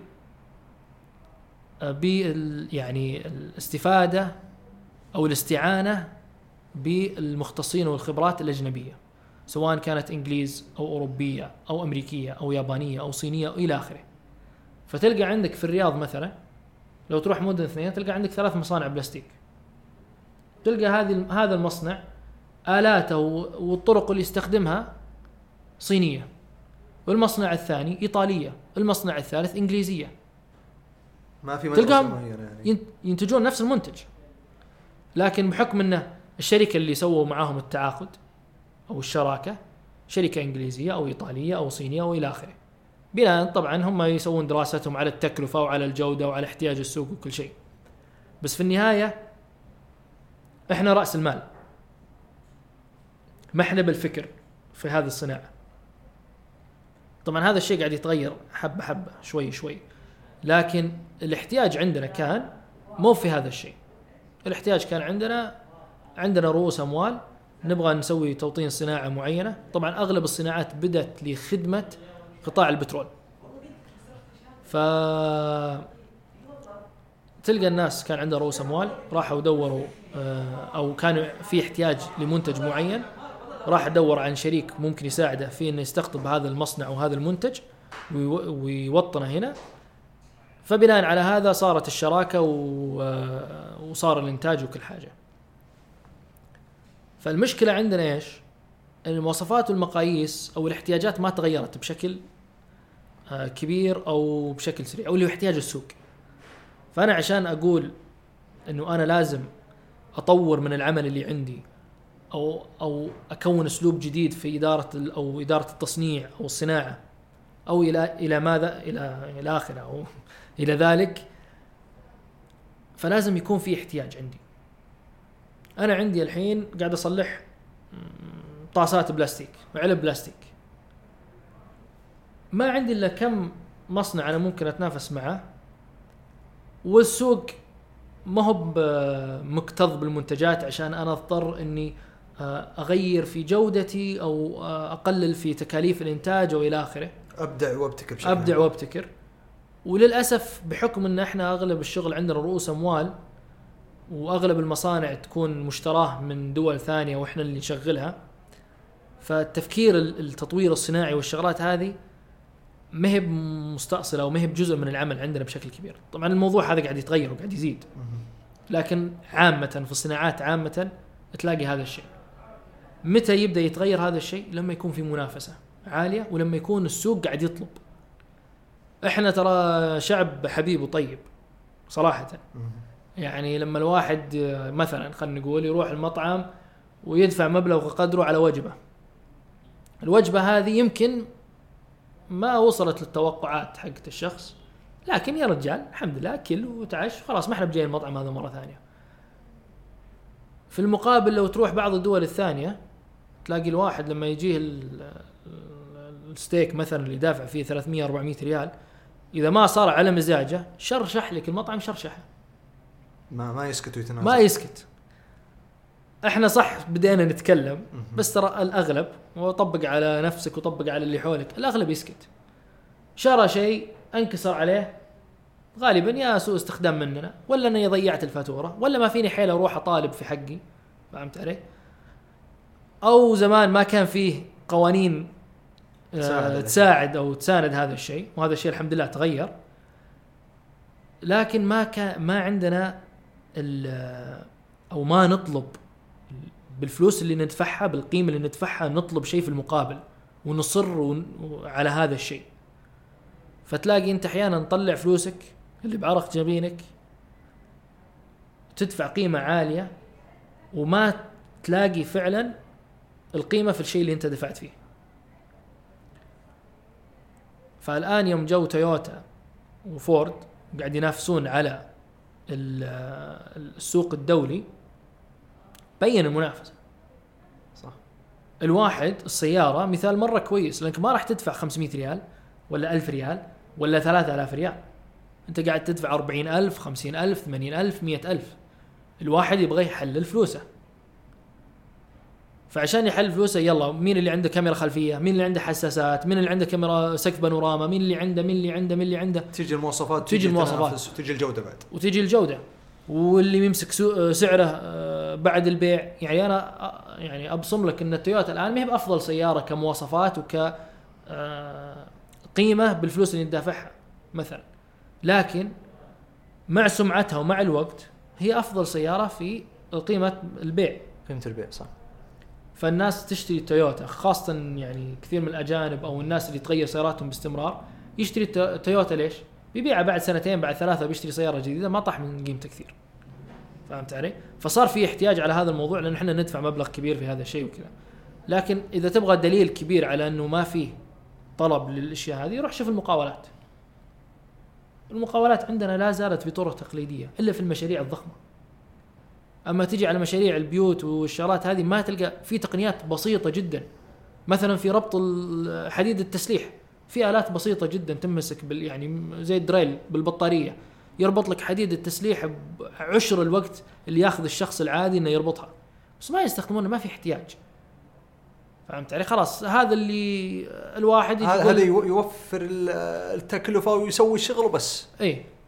يعني الاستفادة أو الاستعانة بالمختصين والخبرات الأجنبية، سواء كانت إنجليز أو أوروبية أو أمريكية أو يابانية أو صينية أو إلى آخره. فتلقى عندك في الرياض مثلا لو تروح مدن 2 تلقى عندك 3 مصانع بلاستيك، تلقى هذا المصنع آلاته والطرق اللي يستخدمها صينية، والمصنع الثاني إيطالية، المصنع الثالث إنجليزية. ما في مدرسة يعني ينتجون نفس المنتج، لكن بحكم أنه الشركة اللي سووا معاهم التعاقد أو الشراكة شركة إنجليزية أو إيطالية أو صينية أو إلى آخره، بناء طبعا هم يسوون دراستهم على التكلفة وعلى الجودة وعلى احتياج السوق وكل شيء. بس في النهاية إحنا رأس المال، ما إحنا بالفكر في هذه الصناعة. طبعا هذا الشيء قاعد يتغير حبة حبة شوي شوي، لكن الاحتياج عندنا كان مو في هذا الشيء. الاحتياج كان عندنا رؤوس أموال، نبغى نسوي توطين صناعة معينة. طبعا أغلب الصناعات بدأت لخدمة قطاع البترول، تلقى الناس كان عندها رؤوس أموال راحوا دوروا أو كانوا في احتياج لمنتج معين، راح يدور عن شريك ممكن يساعده في إنه يستقطب هذا المصنع وهذا المنتج ويوطنه هنا. فبناء على هذا صارت الشراكة وصار الإنتاج وكل حاجة. فالمشكلة عندنا إيش؟ أن المواصفات والمقاييس أو الاحتياجات ما تغيرت بشكل كبير أو بشكل سريع، أو اللي هو احتياج السوق. فأنا عشان أقول أنه أنا لازم أطور من العمل اللي عندي أو أكون أسلوب جديد في إدارة التصنيع أو الصناعة أو إلى ماذا إلى آخره أو إلى ذلك، فلازم يكون في احتياج عندي. أنا عندي الحين قاعد أصلح طاسات بلاستيك وعلب بلاستيك، ما عندي إلا كم مصنع أنا ممكن أتنافس معه، والسوق ما هو مكتظ بالمنتجات عشان أنا أضطر إني أغير في جودتي أو أقلل في تكاليف الإنتاج أو إلى آخره. أبدع وابتكر. وللأسف بحكم إن إحنا أغلب الشغل عندنا رؤوس أموال، وأغلب المصانع تكون مشتراه من دول ثانية وإحنا اللي نشغلها، فالتفكير التطوير الصناعي والشغلات هذه مهب مستأصلة ومهب جزء من العمل عندنا بشكل كبير. طبعا الموضوع هذا قاعد يتغير وقاعد يزيد، لكن عامة في الصناعات عامة تلاقي هذا الشيء. متى يبدأ يتغير هذا الشيء؟ لما يكون في منافسة عالية ولما يكون السوق قاعد يطلب. احنا ترى شعب حبيب وطيب صراحة. يعني لما الواحد مثلا خلينا نقول يروح المطعم ويدفع مبلغ قدره على وجبة، الوجبة هذه يمكن ما وصلت للتوقعات حقت الشخص، لكن يا رجال الحمد لله كل وتعش خلاص، ما احنا بجاي المطعم هذا مرة ثانية. في المقابل لو تروح بعض الدول الثانية تلاقي الواحد لما يجيه الستيك مثلا اللي دافع فيه 300-400 ريال، إذا ما صار على مزاجه شرشح لك المطعم شرشحه، ما يسكت ويتنازل، ما يسكت. احنا صح بدينا نتكلم، بس ترى الأغلب، وطبق على نفسك وطبق على اللي حولك، الأغلب يسكت. شرى شيء انكسر عليه غالبا يا سوء استخدام مننا، ولا أنا ضيعت الفاتورة، ولا ما فيني حيل أروح أطالب في حقي، فهمت علي؟ أو زمان ما كان فيه قوانين تساعد أو تساند هذا الشيء، وهذا الشيء الحمد لله تغير. لكن ما عندنا أو ما نطلب بالفلوس اللي ندفعها، بالقيمة اللي ندفعها، نطلب شيء في المقابل ونصر على هذا الشيء. فتلاقي أنت أحيانا نطلع فلوسك اللي بعرق جبينك، تدفع قيمة عالية وما تلاقي فعلا القيمة في الشيء اللي أنت دفعت فيه. فالآن يوم جو تويوتا وفورد قاعد ينافسون على السوق الدولي، بين المنافسة. صح. الواحد السيارة مثال مرة كويس، لأنك ما راح تدفع 500 ريال ولا 1000 ريال ولا 3000 ريال، أنت قاعد تدفع 40,000 50,000 80,000 100,000. الواحد يبغى يحلل فلوسه، فعشان يحل فلوسه يلا مين اللي عنده كاميرا خلفية، مين اللي عنده حساسات، مين اللي عنده كاميرا سقف بانوراما، مين اللي عنده تيجي المواصفات، تيجي المواصفات وتيجي الجودة بعد، وتيجي الجودة، واللي يمسك سعره بعد البيع. يعني أنا يعني أبصم لك أن التويوتا الآن ما هي بأفضل سيارة كمواصفات وك قيمة بالفلوس اللي ندافعها مثلا، لكن مع سمعتها ومع الوقت هي أفضل سيارة في قيمة البيع، قيمة البيع. صح. فالناس تشتري تويوتا، خاصة يعني كثير من الأجانب أو الناس اللي تغير سياراتهم باستمرار يشتري تويوتا. ليش؟ بيبيعها بعد 2 بعد 3 بيشتري سيارة جديدة ما طاح من قيمته كثير، فهمت علي؟ فصار في احتياج على هذا الموضوع، لأن احنا ندفع مبلغ كبير في هذا الشيء وكذا. لكن إذا تبغى دليل كبير على أنه ما فيه طلب للأشياء هذه، روح شوف المقاولات. المقاولات عندنا لا زالت بطرق تقليدية إلا في المشاريع الضخمة. أما تيجي على مشاريع البيوت والشغلات هذه ما تلقى في تقنيات بسيطة جدا. مثلا في ربط حديد التسليح في آلات بسيطة جدا تمسك يعني زي الدريل بالبطارية، يربط لك حديد التسليح بعشر الوقت اللي ياخذ الشخص العادي انه يربطها، بس ما يستخدمونه، ما في احتياج. فهمت علي؟ خلاص هذا اللي الواحد هذا يوفر التكلفة ويسوي الشغل بس. اي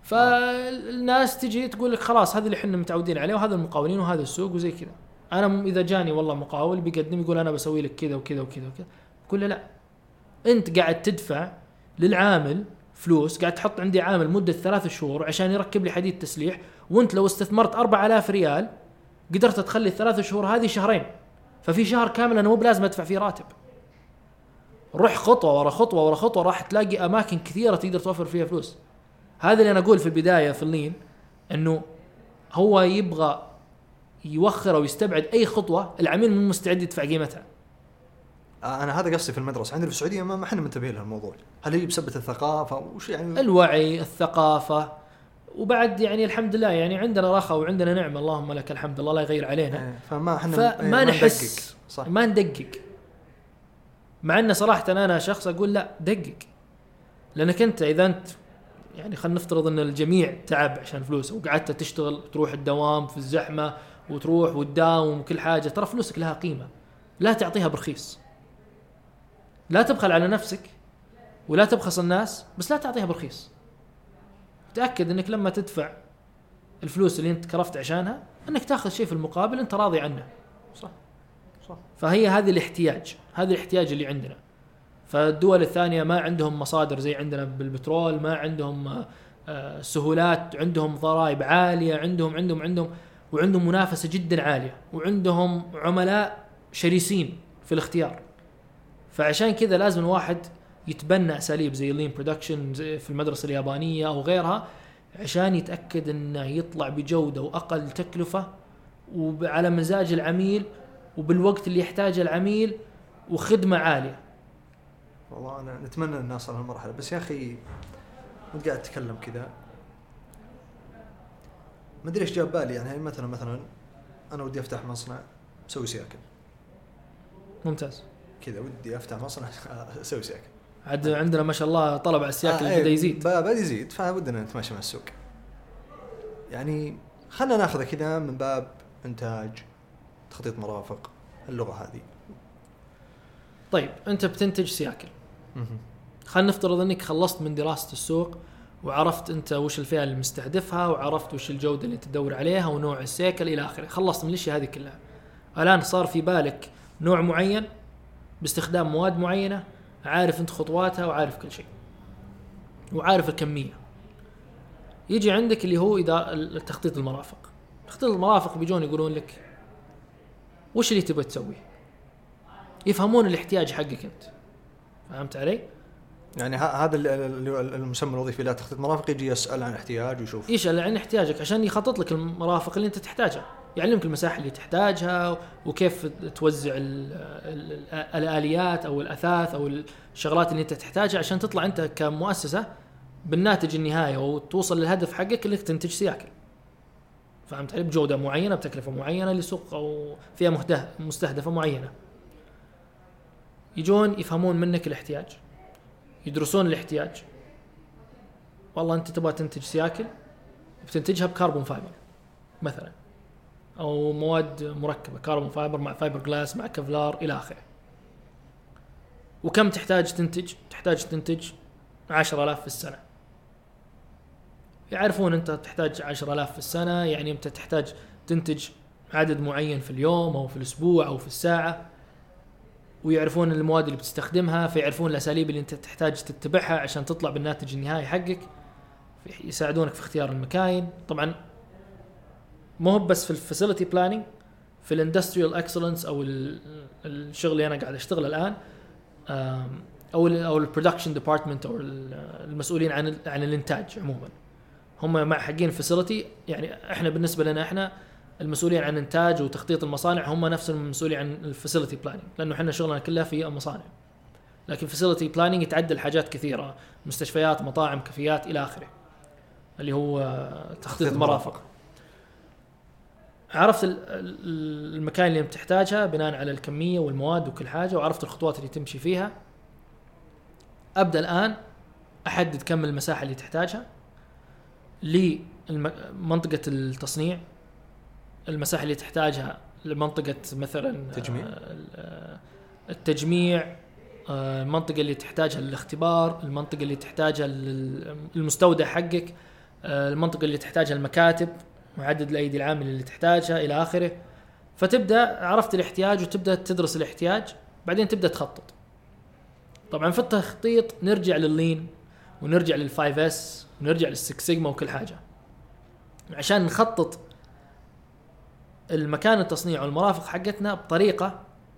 فالناس تجي تقول لك خلاص هذا اللي احنا متعودين عليه وهذا المقاولين وهذا السوق وزي كذا. انا اذا جاني والله مقاول بيقدم يقول انا بسوي لك كذا وكذا وكذا وكذا، بقول له لا، انت قاعد تدفع للعامل فلوس، قاعد تحط عندي عامل مدة 3 شهور عشان يركب لي حديد تسليح، وانت لو استثمرت 4000 ريال قدرت تخلي 3 شهور هذه شهرين، ففي شهر كامل انا مو بلازم ادفع فيه راتب. روح خطوة ورا خطوة ورا خطوة راح تلاقي اماكن كثيرة تقدر توفر فيها فلوس. هذا اللي انا اقول في البداية في اللين، انه هو يبغى يوخر او يستبعد اي خطوة العميل مو مستعد يدفع قيمتها. انا هذا قصدي في المدرسة عندنا في السعودية ما احنا منتبهين لهالموضوع. هل هي بسبب الثقافة وش يعني؟ الوعي، الثقافة، وبعد يعني الحمد لله يعني عندنا رخاء وعندنا نعمة اللهم لك الحمد، الله لا يغير علينا. فما نحس صح. ما ندقق، مع أن صراحة أنا شخص أقول لا دقق، لأنك أنت إذا أنت يعني خلينا نفترض أن الجميع تعب عشان فلوس وقعدت تشتغل تروح الدوام في الزحمة وتروح وتداوم وكل حاجة، ترى فلوسك لها قيمة، لا تعطيها برخيص، لا تبخل على نفسك ولا تبخس الناس، بس لا تعطيها برخيص. تأكد أنك لما تدفع الفلوس اللي أنت كرفت عشانها أنك تأخذ شيء في المقابل أنت راضي عنه. صح. فهي هذه الاحتياج، هذا الاحتياج اللي عندنا. فالدول الثانية ما عندهم مصادر زي عندنا بالبترول، ما عندهم سهولات، عندهم ضرائب عالية، وعندهم منافسة جدا عالية، وعندهم عملاء شرسين في الاختيار. فعشان كذا لازم الواحد يتبنى أساليب زي اللين برودكشن في المدرسة اليابانية أو غيرها، عشان يتأكد أنه يطلع بجودة وأقل تكلفة وعلى مزاج العميل وبالوقت اللي يحتاجه العميل وخدمة عالية. والله أنا نتمنى أن نصل هالمرحلة، بس يا أخي وانت قاعد تتكلم كذا ما أدري إيش جاب بالي. يعني مثلا أنا ودي أفتح مصنع مسوي سياكل. ممتاز. كذا ودي أفتح مصنع أسوي سياكل. عندنا ما شاء الله طلب على السياكل بدأ يزيد. بدأ يزيد، فودنا نتماشى مع السوق. يعني خلنا ناخذ كذا من باب إنتاج، تخطيط مرافق، اللغة هذه. طيب أنت بتنتج سياكل. خلنا نفترض أنك خلصت من دراسة السوق وعرفت أنت وش الفئة اللي مستهدفها وعرفت وش الجودة اللي تدور عليها ونوع السياكل إلى آخره. خلصت من الأشياء هذه كلها. الآن صار في بالك نوع معين باستخدام مواد معينة، عارف أنت خطواتها وعارف كل شيء وعارف الكمية. يجي عندك اللي هو تخطيط المرافق. تخطيط المرافق بيجون يقولون لك وش اللي تبغى تسويه، يفهمون الاحتياج حقك أنت. فهمت علي؟ يعني هذا المسمى الوظيفي لا تخطيط مرافق، يجي يسأل عن احتياج ويشوف، يسأل عن احتياجك عشان يخطط لك المرافق اللي أنت تحتاجها، يعلمك المساحة اللي تحتاجها وكيف توزع الآليات أو الأثاث أو الشغلات اللي أنت تحتاجها عشان تطلع أنت كمؤسسة بالناتج النهائي وتوصل للهدف حقك اللي تنتج سياكل. فهمت علي؟ بجودة معينة بتكلفة معينة لسوق أو فيها مستهدفة معينة. يجون يفهمون منك الاحتياج، يدرسون الاحتياج. والله أنت تبغى تنتج سياكل بتنتجها بكربون فايبر مثلا، أو مواد مركبة كربون فايبر مع فايبر جلاس مع كفلار إلى آخره. وكم تحتاج تنتج؟ تحتاج تنتج 10,000 في السنة. يعرفون أنت تحتاج 10,000 في السنة، يعني أنت تحتاج تنتج عدد معين في اليوم أو في الأسبوع أو في الساعة، ويعرفون المواد اللي بتستخدمها، فيعرفون الأساليب اللي أنت تحتاج تتبعها عشان تطلع بالناتج النهائي حقك. يساعدونك في اختيار المكاين. طبعا مو بس في الفاسيلتي بلانينج، في الاندستريال اكسلنس او الشغل اللي انا قاعد اشتغل الان، او البرودكشن ديبارتمنت او المسؤولين عن الانتاج عموما، هم مع حقين الفاسيلتي. يعني احنا بالنسبه لنا احنا المسؤولين عن انتاج وتخطيط المصانع هم نفس المسؤولين عن الفاسيلتي بلانينج، لانه احنا شغلنا كلها في المصانع. لكن فاسيلتي بلانينج يتعدل حاجات كثيره، مستشفيات، مطاعم، كافيات الى اخره، اللي هو تخطيط المرافق. عرفت المكان اللي بتحتاجها بناء على الكمية والمواد وكل حاجة، وعرفت الخطوات اللي تمشي فيها. أبدأ الآن أحدد كم المساحة اللي تحتاجها لمنطقة التصنيع، المساحة اللي تحتاجها لمنطقة مثلا التجميع، المنطقة اللي تحتاجها للاختبار، المنطقة اللي تحتاجها للمستودع حقك، المنطقة اللي تحتاجها المكاتب، وعدد الأيدي العاملة اللي تحتاجها إلى آخره. فتبدأ عرفت الاحتياج وتبدأ تدرس الاحتياج، بعدين تبدأ تخطط. طبعا في التخطيط نرجع لللين ونرجع للفايف اس ونرجع للسكس سيجما وكل حاجة عشان نخطط المكان التصنيع والمرافق حقتنا بطريقة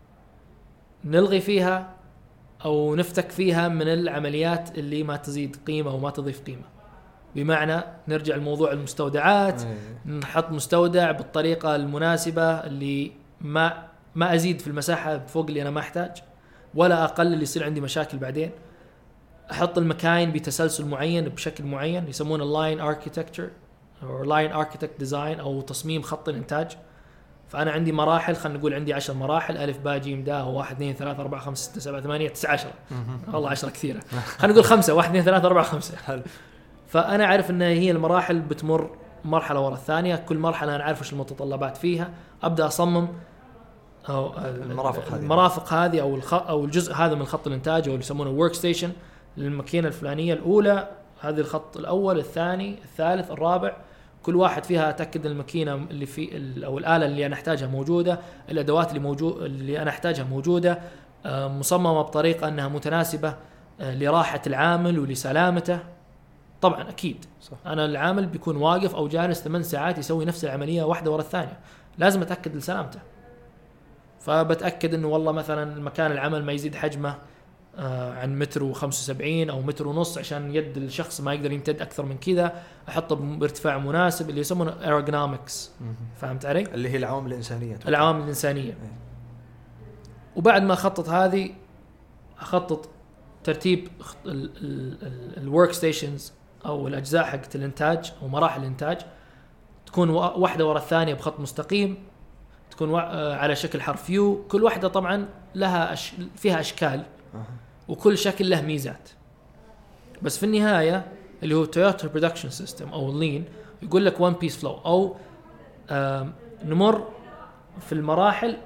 نلغي فيها أو نفتك فيها من العمليات اللي ما تزيد قيمة وما تضيف قيمة. بمعنى نرجع لموضوع المستودعات، نحط مستودع بالطريقة المناسبة اللي ما أزيد في المساحة فوق اللي أنا ما أحتاج ولا أقل اللي يصير عندي مشاكل بعدين. أحط المكاين بتسلسل معين بشكل معين يسمونه اللاين اركيتكتشر أو لاين اركيتكت ديزاين أو تصميم خط الإنتاج. فأنا عندي مراحل، خلينا نقول عندي 10 مراحل، ألف باء جيم دال 1 2 3 4 5 6 7 8 9 10. والله 10 كثيرة. خلينا نقول 5 1 2 3 4 5. حلو. فأنا أعرف أن هي المراحل بتمر مرحلة وراء الثانية، كل مرحلة أنا أعرف وش المتطلبات فيها، أبدأ أصمم أو المرافق هذه أو الجزء هذا من خط الإنتاج أو اللي يسمونه ورك ستيشن للماكينة الفلانية الأولى. هذه الخط الأول الثاني الثالث الرابع، كل واحد فيها أتأكد الماكينة اللي في أو الآلة اللي أنا أحتاجها موجودة، الأدوات اللي أنا أحتاجها موجودة، مصممة بطريقة أنها متناسبة لراحة العامل ولسلامته. طبعا أكيد صح. أنا العامل بيكون واقف أو جالس 8 ساعات يسوي نفس العملية واحدة ورا الثانية، لازم أتأكد لسلامته. فبتأكد أنه والله مثلا مكان العمل ما يزيد حجمه عن 1.75 أو 1.5 عشان يد الشخص ما يقدر يمتد أكثر من كذا، أحطه بارتفاع مناسب اللي يسمونه ergonomics. فهمت علي؟ اللي هي العوامل الإنسانية. العوامل الإنسانية. وبعد ما أخطط هذه أخطط ترتيب الورك ستيشنز أو الأجزاء حقت الإنتاج أو مراحل الإنتاج، تكون واحدة وراء الثانية بخط مستقيم، تكون على شكل حرف يو. كل واحدة طبعا لها فيها أشكال وكل شكل له ميزات. بس في النهاية اللي هو تويوتا برودكشن سيستم أو اللين يقول لك one piece flow أو نمر في المراحل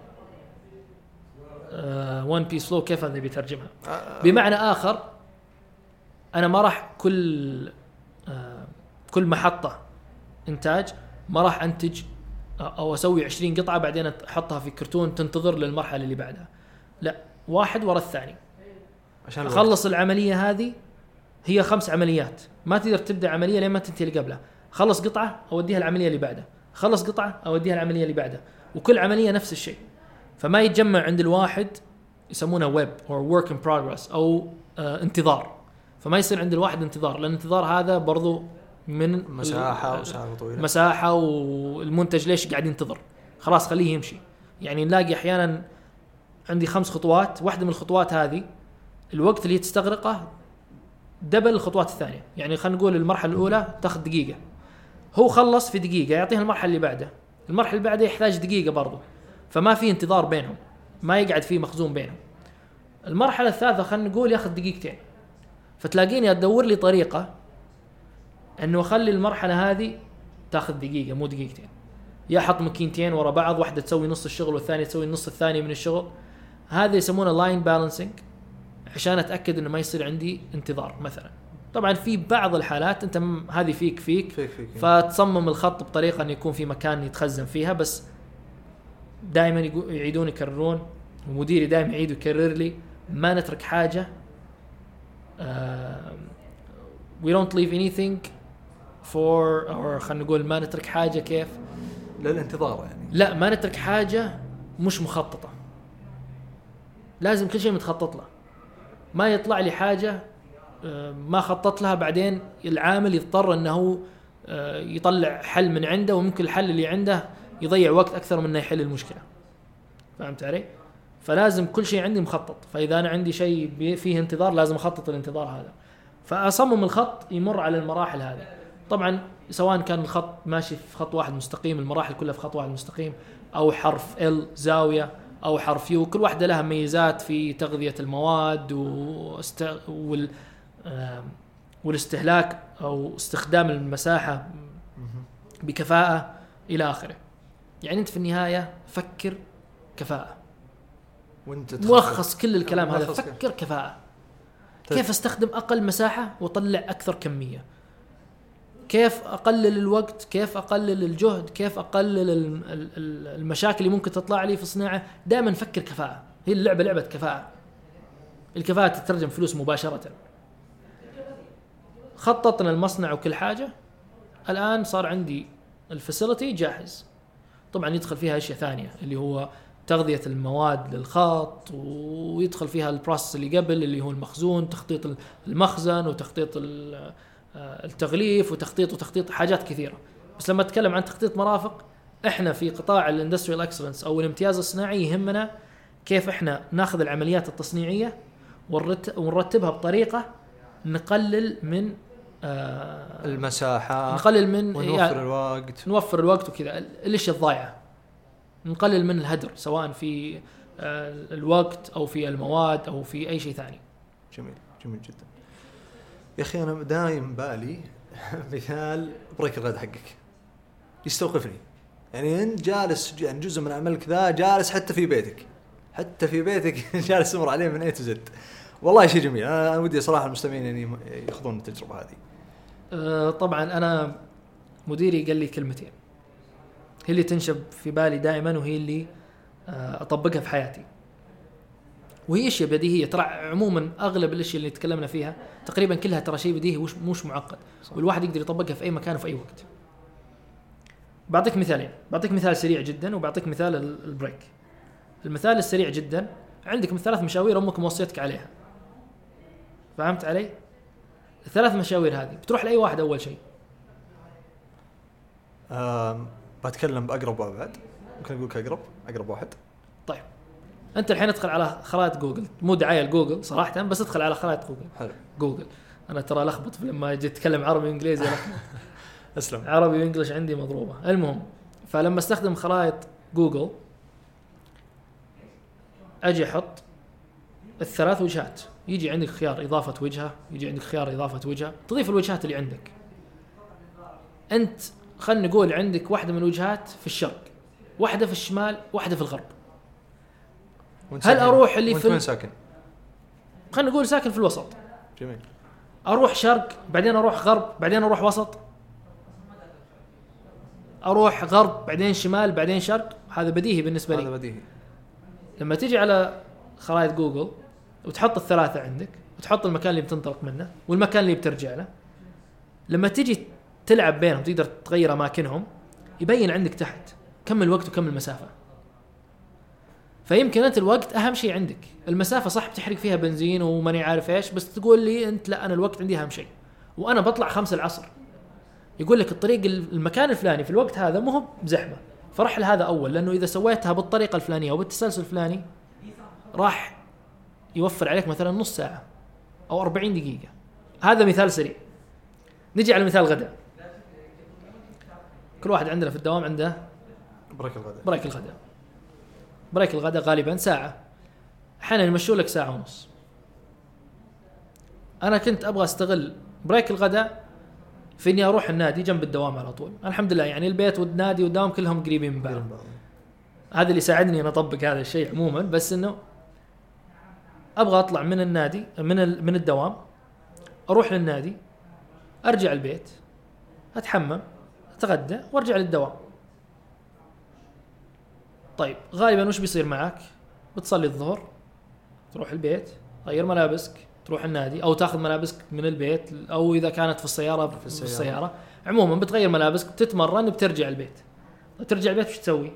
one piece flow. كيف هذا بيترجمها؟ بمعنى آخر أنا ما راح كل محطة إنتاج ما راح أنتج أو أسوي 20 قطعة بعدين أحطها في كرتون تنتظر للمرحلة اللي بعدها. لا، واحد ورا الثاني عشان أخلص العملية هذه. هي 5 عمليات، ما تقدر تبدأ عملية لين ما تنتهي اللي قبلها. خلص قطعة أوديها العملية اللي بعدها، خلص قطعة أوديها العملية اللي بعدها، وكل عملية نفس الشيء. فما يتجمع عند الواحد يسمونه web or work in progress أو انتظار. فما يصير عند الواحد انتظار، لأن الانتظار هذا برضو من مساحة والمنتج ليش قاعد ينتظر؟ خلاص خليه يمشي. يعني نلاقي أحيانا عندي 5 خطوات، واحدة من الخطوات هذه الوقت اللي تستغرقه دبل الخطوات الثانية. يعني خلينا نقول المرحلة الأولى تأخذ دقيقة، هو خلص في دقيقة، يعطيها المرحلة اللي بعده، المرحلة اللي بعده يحتاج دقيقة برضو. فما في انتظار بينهم، ما يقعد فيه مخزون بينهم. المرحلة الثالثة خلينا نقول يأخذ دقيقتين. فتلاقيني أدور لي طريقة أنه أخلي المرحلة هذه تأخذ دقيقة مو دقيقتين، يا أحط ماكينتين ورا بعض، واحدة تسوي نص الشغل والثانية تسوي النص الثاني من الشغل. هذا يسمونه لاين بالانسنج عشان أتأكد أنه ما يصير عندي انتظار مثلا. طبعا في بعض الحالات أنت هذه فيك فتصمم الخط بطريقة أن يكون في مكان يتخزن فيها. بس دائما يعيدون يكررون، ومديري دائما يعيد ويكرر لي ما نترك حاجة we don't leave anything for or خلينا نقول ما نترك حاجة كيف للانتظار. يعني لا، ما نترك حاجة مش مخططة، لازم كل شيء متخطط له. ما يطلع لي حاجة ما خطط لها بعدين العامل يضطر أنه يطلع حل من عنده، وممكن الحل اللي عنده يضيع وقت أكثر من أنه يحل المشكلة. فهمت علي؟ فلازم كل شيء عندي مخطط. فإذا أنا عندي شيء فيه انتظار لازم أخطط الانتظار هذا. فأصمم الخط يمر على المراحل هذه. طبعا سواء كان الخط ماشي في خط واحد مستقيم، المراحل كلها في خط واحد مستقيم، أو حرف L زاوية، أو حرف U، كل واحدة لها ميزات في تغذية المواد والاستهلاك أو استخدام المساحة بكفاءة إلى آخره. يعني أنت في النهاية فكر كفاءة، ملخص كل الكلام هذا فكر كفاءة. كيف استخدم أقل مساحة وطلع أكثر كمية. كيف اقلل الوقت، كيف اقلل الجهد، كيف اقلل المشاكل اللي ممكن تطلع لي في الصناعه. دائما نفكر كفاءه. هي اللعبه لعبه كفاءه. الكفاءه تترجم فلوس مباشره. خططنا المصنع وكل حاجه، الان صار عندي الفاسيلتي جاهز. طبعا يدخل فيها اشياء ثانيه اللي هو تغذيه المواد للخط، ويدخل فيها البروسس اللي قبل اللي هو المخزون، تخطيط المخزن وتخطيط التغليف وتخطيط حاجات كثيره. بس لما اتكلم عن تخطيط مرافق، احنا في قطاع الاندستريال اكسلنس او الامتياز الصناعي يهمنا كيف احنا ناخذ العمليات التصنيعيه ونرتبها بطريقه نقلل من المساحه، نقلل من نوفر الوقت وكذا الاشياء الضايعه، نقلل من الهدر سواء في الوقت او في المواد او في اي شيء ثاني. جميل جدا يا اخي. انا دايم بالي مثال بريك الغد حقك يستوقفني. يعني انت جالس، يعني جزء من عملك ذا جالس حتى في بيتك جالس تمر عليه من A to Z. والله شيء جميل. انا ودي صراحه المستمعين يعني ياخذون التجربه هذه. طبعا انا مديري قال لي كلمتين هي اللي تنشب في بالي دائما، وهي اللي اطبقها في حياتي، وهي اشياء بديهيه. ترى عموما اغلب الاشياء اللي تكلمنا فيها تقريبا كلها ترى شيء بديهي مش معقد، والواحد يقدر يطبقها في اي مكان وفي اي وقت. بعطيك مثال سريع جدا، وبعطيك مثال البريك. المثال السريع جدا، عندك من 3 مشاوير امك موصيتك عليها، فهمت علي؟ ال3 مشاوير هذه بتروح لاي واحد اول شيء؟ بتكلم باقرب وابعد. ممكن اقول لك اقرب واحد. طيب انت الحين ادخل على خرائط جوجل، مو دعايه لجوجل صراحه، بس ادخل على خرائط جوجل. حلو. جوجل انا ترى لخبط لما اجي اتكلم عربي انجليزي لخبط. اسلم. عربي وانجليش عندي مضروبه. المهم، فلما استخدم خرائط جوجل اجي احط ال3 وجهات، يجي عندك خيار اضافه وجهه، يجي عندك خيار اضافه وجهه، تضيف الوجهات اللي عندك. انت خلينا نقول عندك واحده من الوجهات في الشرق، واحده في الشمال، واحده في الغرب. هل اروح اللي في وين ساكن؟ خلينا نقول ساكن في الوسط. جميل. اروح شرق بعدين اروح غرب بعدين اروح وسط، اروح غرب بعدين شمال بعدين شرق؟ هذا بديهي بالنسبه لي. هذا بديهي. لما تيجي على خرائط جوجل وتحط ال3 عندك وتحط المكان اللي بتنطلق منه والمكان اللي بترجع له، لما تيجي تلعب بينهم تقدر تغير اماكنهم، يبين عندك تحت كم الوقت وكم المسافه. فيمكن انت الوقت اهم شيء عندك، المسافه صح بتحرق فيها بنزين وماني عارف ايش، بس تقول لي انت لا انا الوقت عندي اهم شيء، وانا بطلع 5 العصر. يقول لك الطريق المكان الفلاني في الوقت هذا مو بزحمه، فرح لهذا اول، لانه اذا سويتها بالطريقه الفلانيه وبالتسلسل الفلاني راح يوفر عليك مثلا نص ساعه او 40 دقيقه. هذا مثال سريع. نجي على مثال غدا. كل واحد عندنا في الدوام عنده بريك الغداء غالبا ساعة، احيانا يمشوا لك 1.5 ساعة. انا كنت ابغى استغل بريك الغداء في اني اروح النادي جنب الدوام على طول. الحمد لله يعني البيت والنادي والدوام كلهم قريبين من بعض. هذا اللي ساعدني ان اطبق هذا الشيء عموما. بس انه ابغى اطلع من النادي من الدوام، اروح للنادي، ارجع البيت، اتحمم، اتغدى وارجع للدوام. طيب غالبا وش بيصير معك؟ بتصلي الظهر، تروح البيت، تغير ملابسك، تروح النادي، او تاخذ ملابسك من البيت، او اذا كانت في السيارة عموما بتغير ملابسك، بتتمرن، بترجع البيت. ترجع البيت وش تسوي؟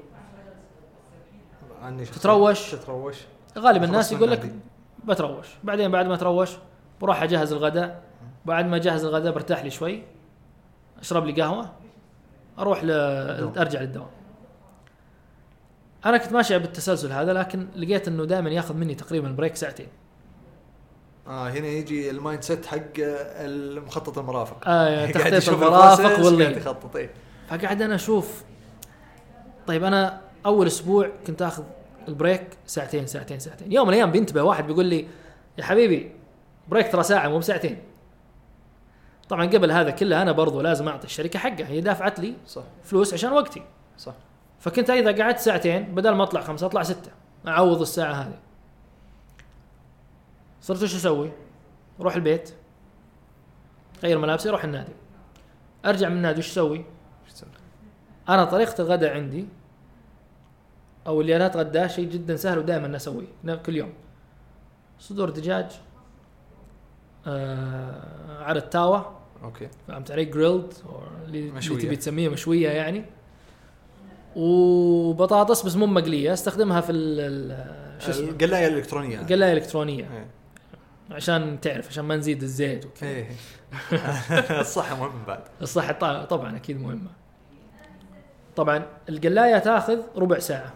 تتروش. غالبا الناس يقول لك بتروش، بعدين بعد ما تروش بروح اجهز الغداء، بعد ما اجهز الغداء برتاح لي شوي، اشرب لي قهوة، اروح ارجع للدوام. انا كنت ماشي بالتسلسل هذا، لكن لقيت انه دائما ياخذ مني تقريبا بريك 2 ساعة. هنا يجي المايند سيت حق المخطط المرافق. تخطيط المرافق واللي تخطط. فقاعد انا اشوف، طيب انا اول اسبوع كنت اخذ البريك 2 ساعتين. يوم من الايام بينتبه واحد بيقول لي يا حبيبي بريك ترى ساعة مو ب2 طبعا قبل هذا كله انا برضو لازم اعطي الشركة حقها، هي دافعت لي صح فلوس عشان وقتي. صح. فكنت اذا قعدت 2 بدل ما اطلع 5 اطلع 6 اعوض الساعة هذه. صرت وش اسوي؟ اروح البيت، غير ملابسي، اروح النادي، ارجع من النادي وش اسوي؟ انا طريقه الغداء عندي او اللي انا اتغداه شيء جدا سهل ودائما اسويه كل يوم. صدور دجاج على التاوه، اوكي فهمت علي؟ جريلد اللي تبي تسميه مشويه يعني، وبطاطس بس مو مقليه، استخدمها في القلايه الالكترونيه. القلايه الالكترونيه عشان تعرف، عشان ما نزيد الزيت وكذا. الصحه مهمه بعد. الصحه طبعا اكيد مهمه. طبعا القلايه تاخذ ربع ساعه،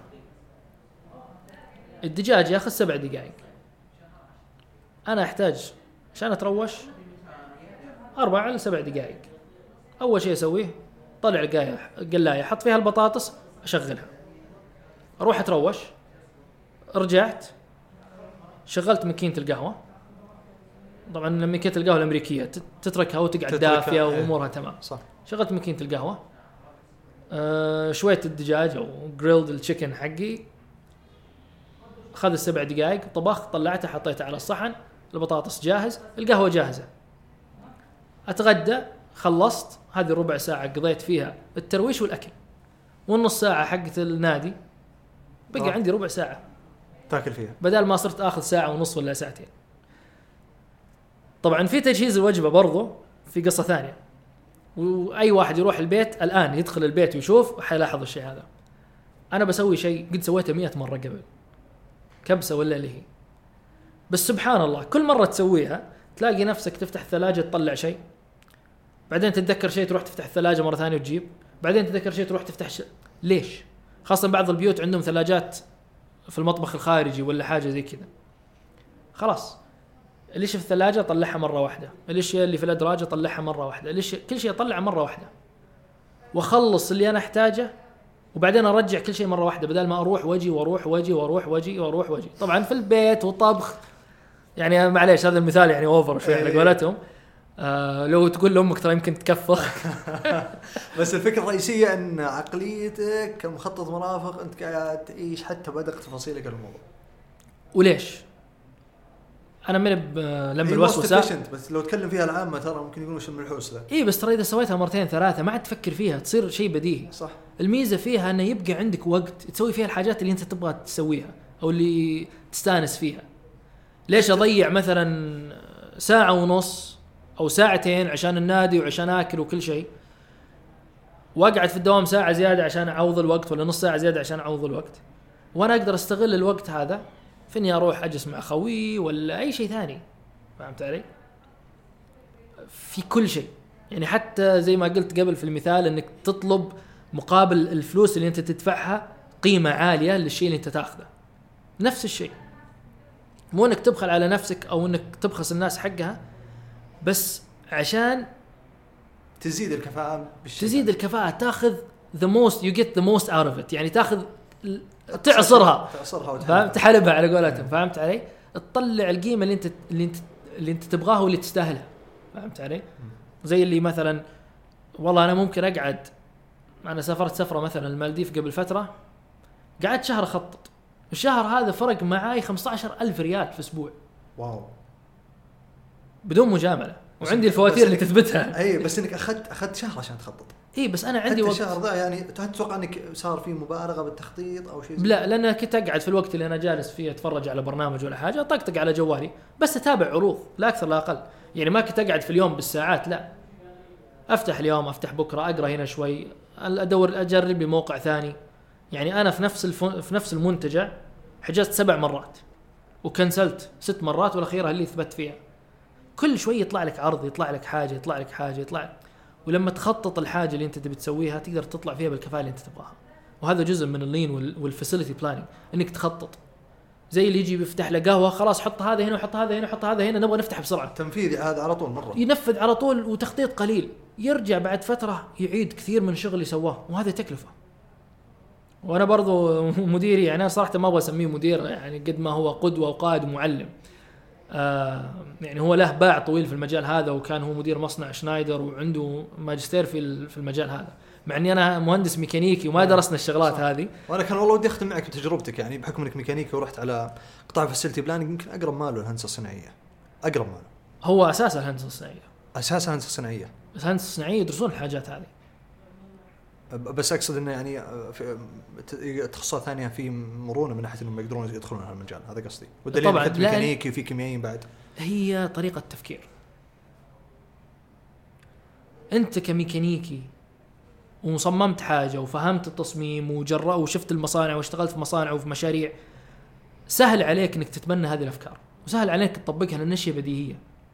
الدجاج ياخذ 7 دقائق. انا احتاج عشان اتروش 4 إلى 7 دقائق. اول شيء اسويه طلع القلايه، احط فيها البطاطس، اشغلها، اروح اتروش، رجعت شغلت ماكينه القهوه. طبعا ماكينه القهوه الامريكيه تتركها وتقعد دافيه وامورها تمام. صح. شغلت ماكينه القهوه، شويه الدجاج او جريلد التشيكن حقي، اخذ 7 دقائق، طبخت، طلعته، حطيته على الصحن، البطاطس جاهز، القهوه جاهزه. اتغدى، خلصت، هذه ربع ساعه قضيت فيها الترويش والاكل، والنص ساعه حقت النادي بقى عندي ربع ساعه تاكل فيها، بدل ما صرت اخذ ساعه ونص ولا ساعتين. طبعا في تجهيز الوجبه برضو في قصه ثانيه، واي واحد يروح البيت الان يدخل البيت ويشوف حيلاحظ الشيء هذا. انا بسوي شيء قد سويته 100 مره قبل، كبسه ولا اللي هي، بس سبحان الله كل مره تسويها تلاقي نفسك تفتح الثلاجه تطلع شيء، بعدين تتذكر شيء تروح تفتح الثلاجه مره ثانيه وتجيب، بعدين تتذكر شيء تروح تفتح ليش؟ خاصه بعض البيوت عندهم ثلاجات في المطبخ الخارجي ولا حاجه زي كذا. خلاص اللي في الثلاجه طلعها مره واحده، الاشياء اللي في الادراج طلعها مره واحده، كل شيء اطلعه مره واحده، واخلص اللي انا احتاجه، وبعدين ارجع كل شيء مره واحده، بدل ما اروح واجي واروح واجي واروح واجي واروح واجي. طبعا في البيت والطبخ يعني معليش هذا المثال يعني اوفر شوي على قولتهم، لو تقول لامك ترى يمكن تكفخ. بس الفكره الرئيسيه ان عقليتك كمخطط مرافق انت قاعد تعيش حتى بدق تفاصيلك الموضوع. وليش انا من لما الوسوسه بس لو تكلم فيها العامه ترى ممكن يقولوا شم الحوس ذا. اي بس ترى اذا سويتها مرتين ثلاثه ما عاد تفكر فيها، تصير شيء بديهي. صح. الميزه فيها انه يبقى عندك وقت تسوي فيها الحاجات اللي انت تبغى تسويها او اللي تستانس فيها. ليش اضيع مثلا ساعه ونص او ساعتين عشان النادي وعشان اكل وكل شيء، واقعد في الدوام ساعه زياده عشان اعوض الوقت، ولا نص ساعه زياده عشان اعوض الوقت، وانا اقدر استغل الوقت هذا في اني اروح اجلس مع خوي ولا اي شيء ثاني. فهمت علي؟ في كل شيء يعني، حتى زي ما قلت قبل في المثال انك تطلب مقابل الفلوس اللي انت تدفعها قيمه عاليه للشيء اللي انت تاخذه. نفس الشيء، مو انك تبخل على نفسك او انك تبخس الناس حقها، بس عشان تزيد الكفاءه تزيد الكفاءه، تاخذ the most you get the most out of it، يعني تاخذ تعصرها تحلبها على قولتهم. فهمت علي؟ تطلع القيمه اللي انت تبغاها واللي تستاهلها. فهمت علي؟ زي اللي مثلا والله انا ممكن اقعد، انا سافرت سفره مثلا المالديف قبل فتره، قعدت شهر اخطط، الشهر هذا فرق معاي 15,000 ريال في اسبوع. واو، بدون مجامله، وعندي الفواتير اللي تثبتها. اي بس انك اخذت شهر عشان تخطط. اي بس انا عندي وقت. الشهر ذا يعني تتوقع انك صار فيه مبالغه بالتخطيط او شيء؟ لا، لان كنت اقعد في الوقت اللي انا جالس فيه اتفرج على برنامج ولا حاجه، اطقطق على جوالي بس اتابع عروض، لا اكثر لا اقل. يعني ما كنت اقعد في اليوم بالساعات، لا، افتح اليوم افتح بكره، اقرا هنا شوي، ادور اجرب لي موقع ثاني. يعني انا في نفس المنتجع حجزت 7 مرات وكنسلت 6 مرات، والاخيره اللي ثبت فيها. كل شوي يطلع لك عرض، يطلع لك حاجه، يطلع لك حاجه، يطلع. ولما تخطط الحاجه اللي انت تبي تسويها تقدر تطلع فيها بالكفاءه اللي انت تبغاها. وهذا جزء من اللين والفاسيلتي بلاننج، انك تخطط. زي اللي يجي بيفتح له قهوه، خلاص حط هذا هنا وحط هذا هنا وحط هذا هنا، نبغى نفتح بسرعه. تنفيذ هذا على طول مره، ينفذ على طول وتخطيط قليل، يرجع بعد فتره يعيد كثير من شغل اللي سواه، وهذا تكلفه. وانا برضو مديري، يعني انا صراحه ما ابغى اسميه مدير، يعني قد ما هو قدوه وقائد ومعلم. يعني هو له باع طويل في المجال هذا، وكان هو مدير مصنع شنايدر وعنده ماجستير في المجال هذا، مع اني انا مهندس ميكانيكي وما درسنا الشغلات هذه. وانا كان والله ودي اختم معك بتجربتك، يعني بحكم انك ميكانيكي ورحت على قطاع فاسيلتي بلاننج، يمكن اقرب ماله الهندسه الصناعيه. اقرب ماله هو اساس الهندسه الصناعيه، اساس الهندسه الصناعيه. بس هندسة صناعية يدرسون الحاجات هذه. بس أقصد إنه يعني في تخصصات ثانية في مرونة من ناحية إنهم يقدرون يدخلون هذا المجال، هذا قصدي. والدليل طبعاً في ميكانيكي وفي كيميائيين بعد. هي طريقة تفكير. أنت كميكانيكي وصممت حاجة وفهمت التصميم وشفت المصانع واشتغلت في مصانع وفي مشاريع، سهل عليك إنك تتبنى هذه الأفكار وسهل عليك تطبقها لأن الشيء بديهية.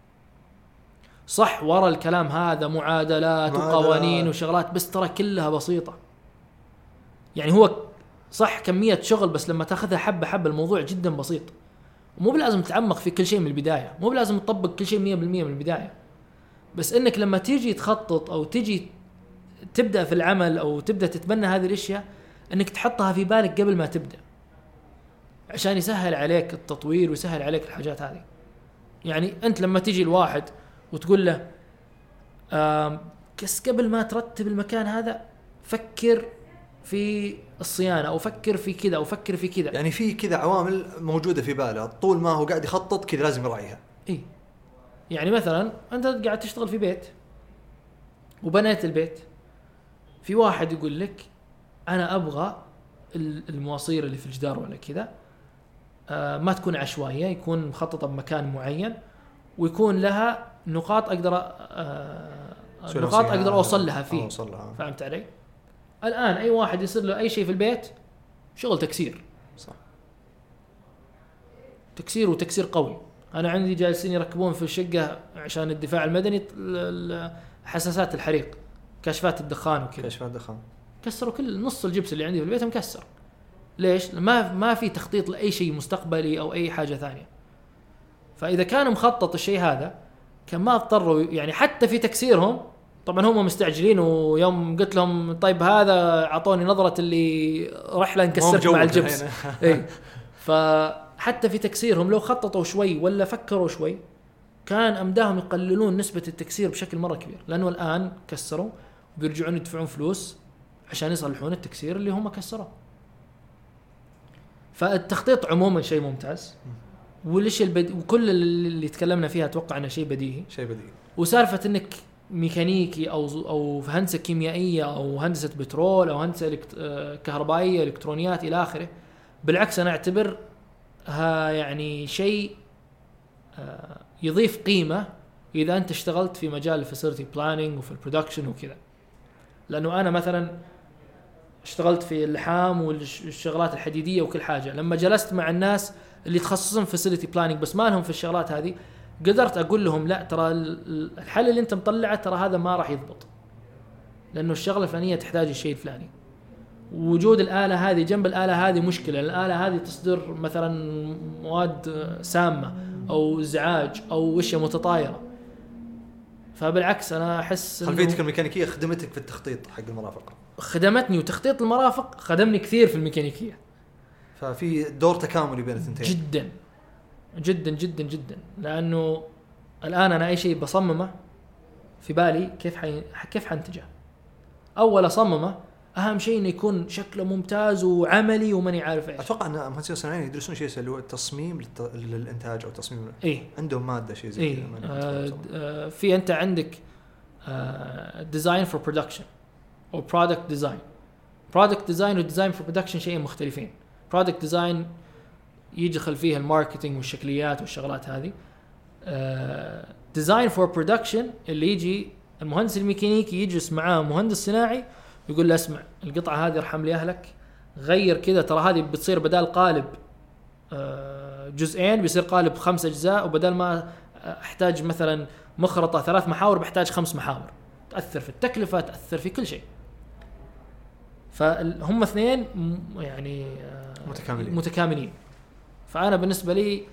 صح ورا الكلام هذا معادلات وقوانين وشغلات، بس ترى كلها بسيطة. يعني هو صح كمية شغل، بس لما تاخذها حبة حبة الموضوع جدا بسيط. ومو بلازم تتعمق في كل شيء من البداية، مو بلازم تطبق كل شيء 100% من البداية، بس إنك لما تيجي تخطط أو تيجي تبدأ في العمل أو تبدأ تتبنى هذه الأشياء، إنك تحطها في بالك قبل ما تبدأ عشان يسهل عليك التطوير ويسهل عليك الحاجات هذه. يعني أنت لما تيجي الواحد وتقول له كس قبل ما ترتب المكان هذا فكر في الصيانة أو فكر في كذا أو فكر في كذا، يعني في كذا عوامل موجودة في باله طول ما هو قاعد يخطط كذا لازم يراعيها. إيه يعني مثلا أنت قاعد تشتغل في بيت وبنيت البيت، في واحد يقول لك أنا أبغى المواصير اللي في الجدار ولا كذا ما تكون عشوائية، يكون مخططة بمكان معين ويكون لها نقاط أقدر أوصل لها فيه. فهمت علي؟ الآن أي واحد يصير له أي شيء في البيت شغل تكسير، صح، تكسير وتكسير قوي. أنا عندي جالسين يركبون في الشقة عشان الدفاع المدني حساسات الحريق، كشفات الدخان وكذا، كشفات الدخان، كسروا كل نص الجبس اللي عندي في البيت مكسر. ليش؟ ما في تخطيط لأي شيء مستقبلي أو أي حاجة ثانية. فإذا كان مخطط الشيء هذا كان ما اضطروا، يعني حتى في تكسيرهم طبعا هم مستعجلين، ويوم قلت لهم طيب هذا عطوني نظرة اللي رحلة نكسرت مع الجبس إيه. فحتى في تكسيرهم لو خططوا شوي ولا فكروا شوي كان أمداهم يقللون نسبة التكسير بشكل مرة كبير، لأنه الآن كسروا وبيرجعون يدفعون فلوس عشان يصلحون التكسير اللي هم كسروه. فالتخطيط عموما شيء ممتاز، وكل اللي تكلمنا فيها أتوقع أنه شيء بديهي. وسالفة أنك ميكانيكي أو في هندسة كيميائية أو هندسة بترول أو هندسة كهربائية إلكترونيات إلى آخره، بالعكس أنا أعتبرها يعني شيء يضيف قيمة إذا أنت اشتغلت في مجال الفاسيلتي بلانينج وفي البرودكشن وكذا. لأنه أنا مثلا اشتغلت في اللحام والشغلات الحديدية وكل حاجة، لما جلست مع الناس اللي تخصصون فاسيلتي بلانينج بس ما لهم في الشغلات هذه، قدرت أقول لهم لا ترى الحل اللي أنت مطلعه ترى هذا ما راح يضبط، لأنه الشغلة الفلانية تحتاج الشيء الفلاني. وجود الآلة هذه جنب الآلة هذه مشكلة، الآلة هذه تصدر مثلا مواد سامة أو إزعاج أو أشياء متطايرة. فبالعكس أنا أحس خلفيتك الميكانيكية خدمتك في التخطيط حق المرافق، خدمتني، وتخطيط المرافق خدمني كثير في الميكانيكية. ففي دور تكاملي بين الثنتين جدا جدا جدا جدا، لأنه الآن أنا أي شيء بصممه في بالي كيف حنتجه. أول أصممه أهم شيء إنه يكون شكله ممتاز وعملي وماني عارف إيش. أتوقع أن مهندسين صناعيين يدرسون شيء اللي هو التصميم للإنتاج أو تصميم إيه؟ عندهم مادة شيء زي كذا. في أنت عندك design for production أو product design. product design و design for production شيئين مختلفين. product design يدخل فيها الماركتينج والشكليات والشغلات هذه. design for production اللي يجي المهندس الميكانيكي يجلس معاه مهندس صناعي يقول له اسمع القطعة هذه ارحم لي أهلك، غير كذا، ترى هذه بتصير بدال قالب جزئين بيصير قالب 5 أجزاء، وبدل ما احتاج مثلا مخرطة 3 محاور بحتاج 5 محاور. تأثر في التكلفة، تأثر في كل شيء. فهم اثنين يعني متكاملين. فأنا بالنسبة لي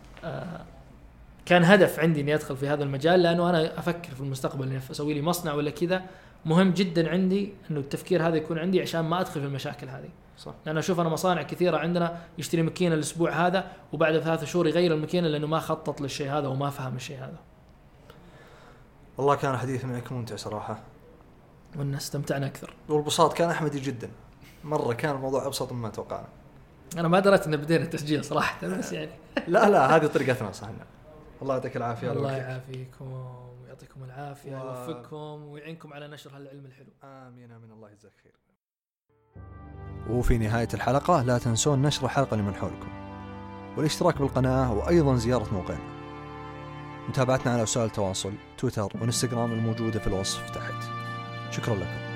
كان هدف عندي إني أدخل في هذا المجال، لأنه أنا أفكر في المستقبل إني أسوي لي مصنع ولا كذا. مهم جدا عندي إنه التفكير هذا يكون عندي عشان ما أدخل في المشاكل هذه. صح. لأن أشوف أنا مصانع كثيرة عندنا يشتري ماكينة الأسبوع هذا وبعد 3 شهور يغير الماكينة لأنه ما خطط للشيء هذا وما فهم الشيء هذا. والله كان حديث معك ممتع صراحة، وإن استمتعنا أكثر، والبساط كان أحمدي جدا مرة، كان الموضوع أبسط مما توقعنا. أنا ما دريت إن بدينا التسجيل صراحة بس يعني لا هذه طريقتنا صحنا. الله يعطيك العافية. الله يعافيكم. يعطيكم العافية ويوفقكم ويعينكم على نشر هالعلم الحلو. آمين آمين، الله يجزاك خير. وفي نهاية الحلقة لا تنسون نشر الحلقة لمن حولكم والاشتراك بالقناة وأيضا زيارة موقعنا. متابعتنا على وسائل التواصل تويتر وإنستغرام الموجودة في الوصف تحت. شكرا لكم.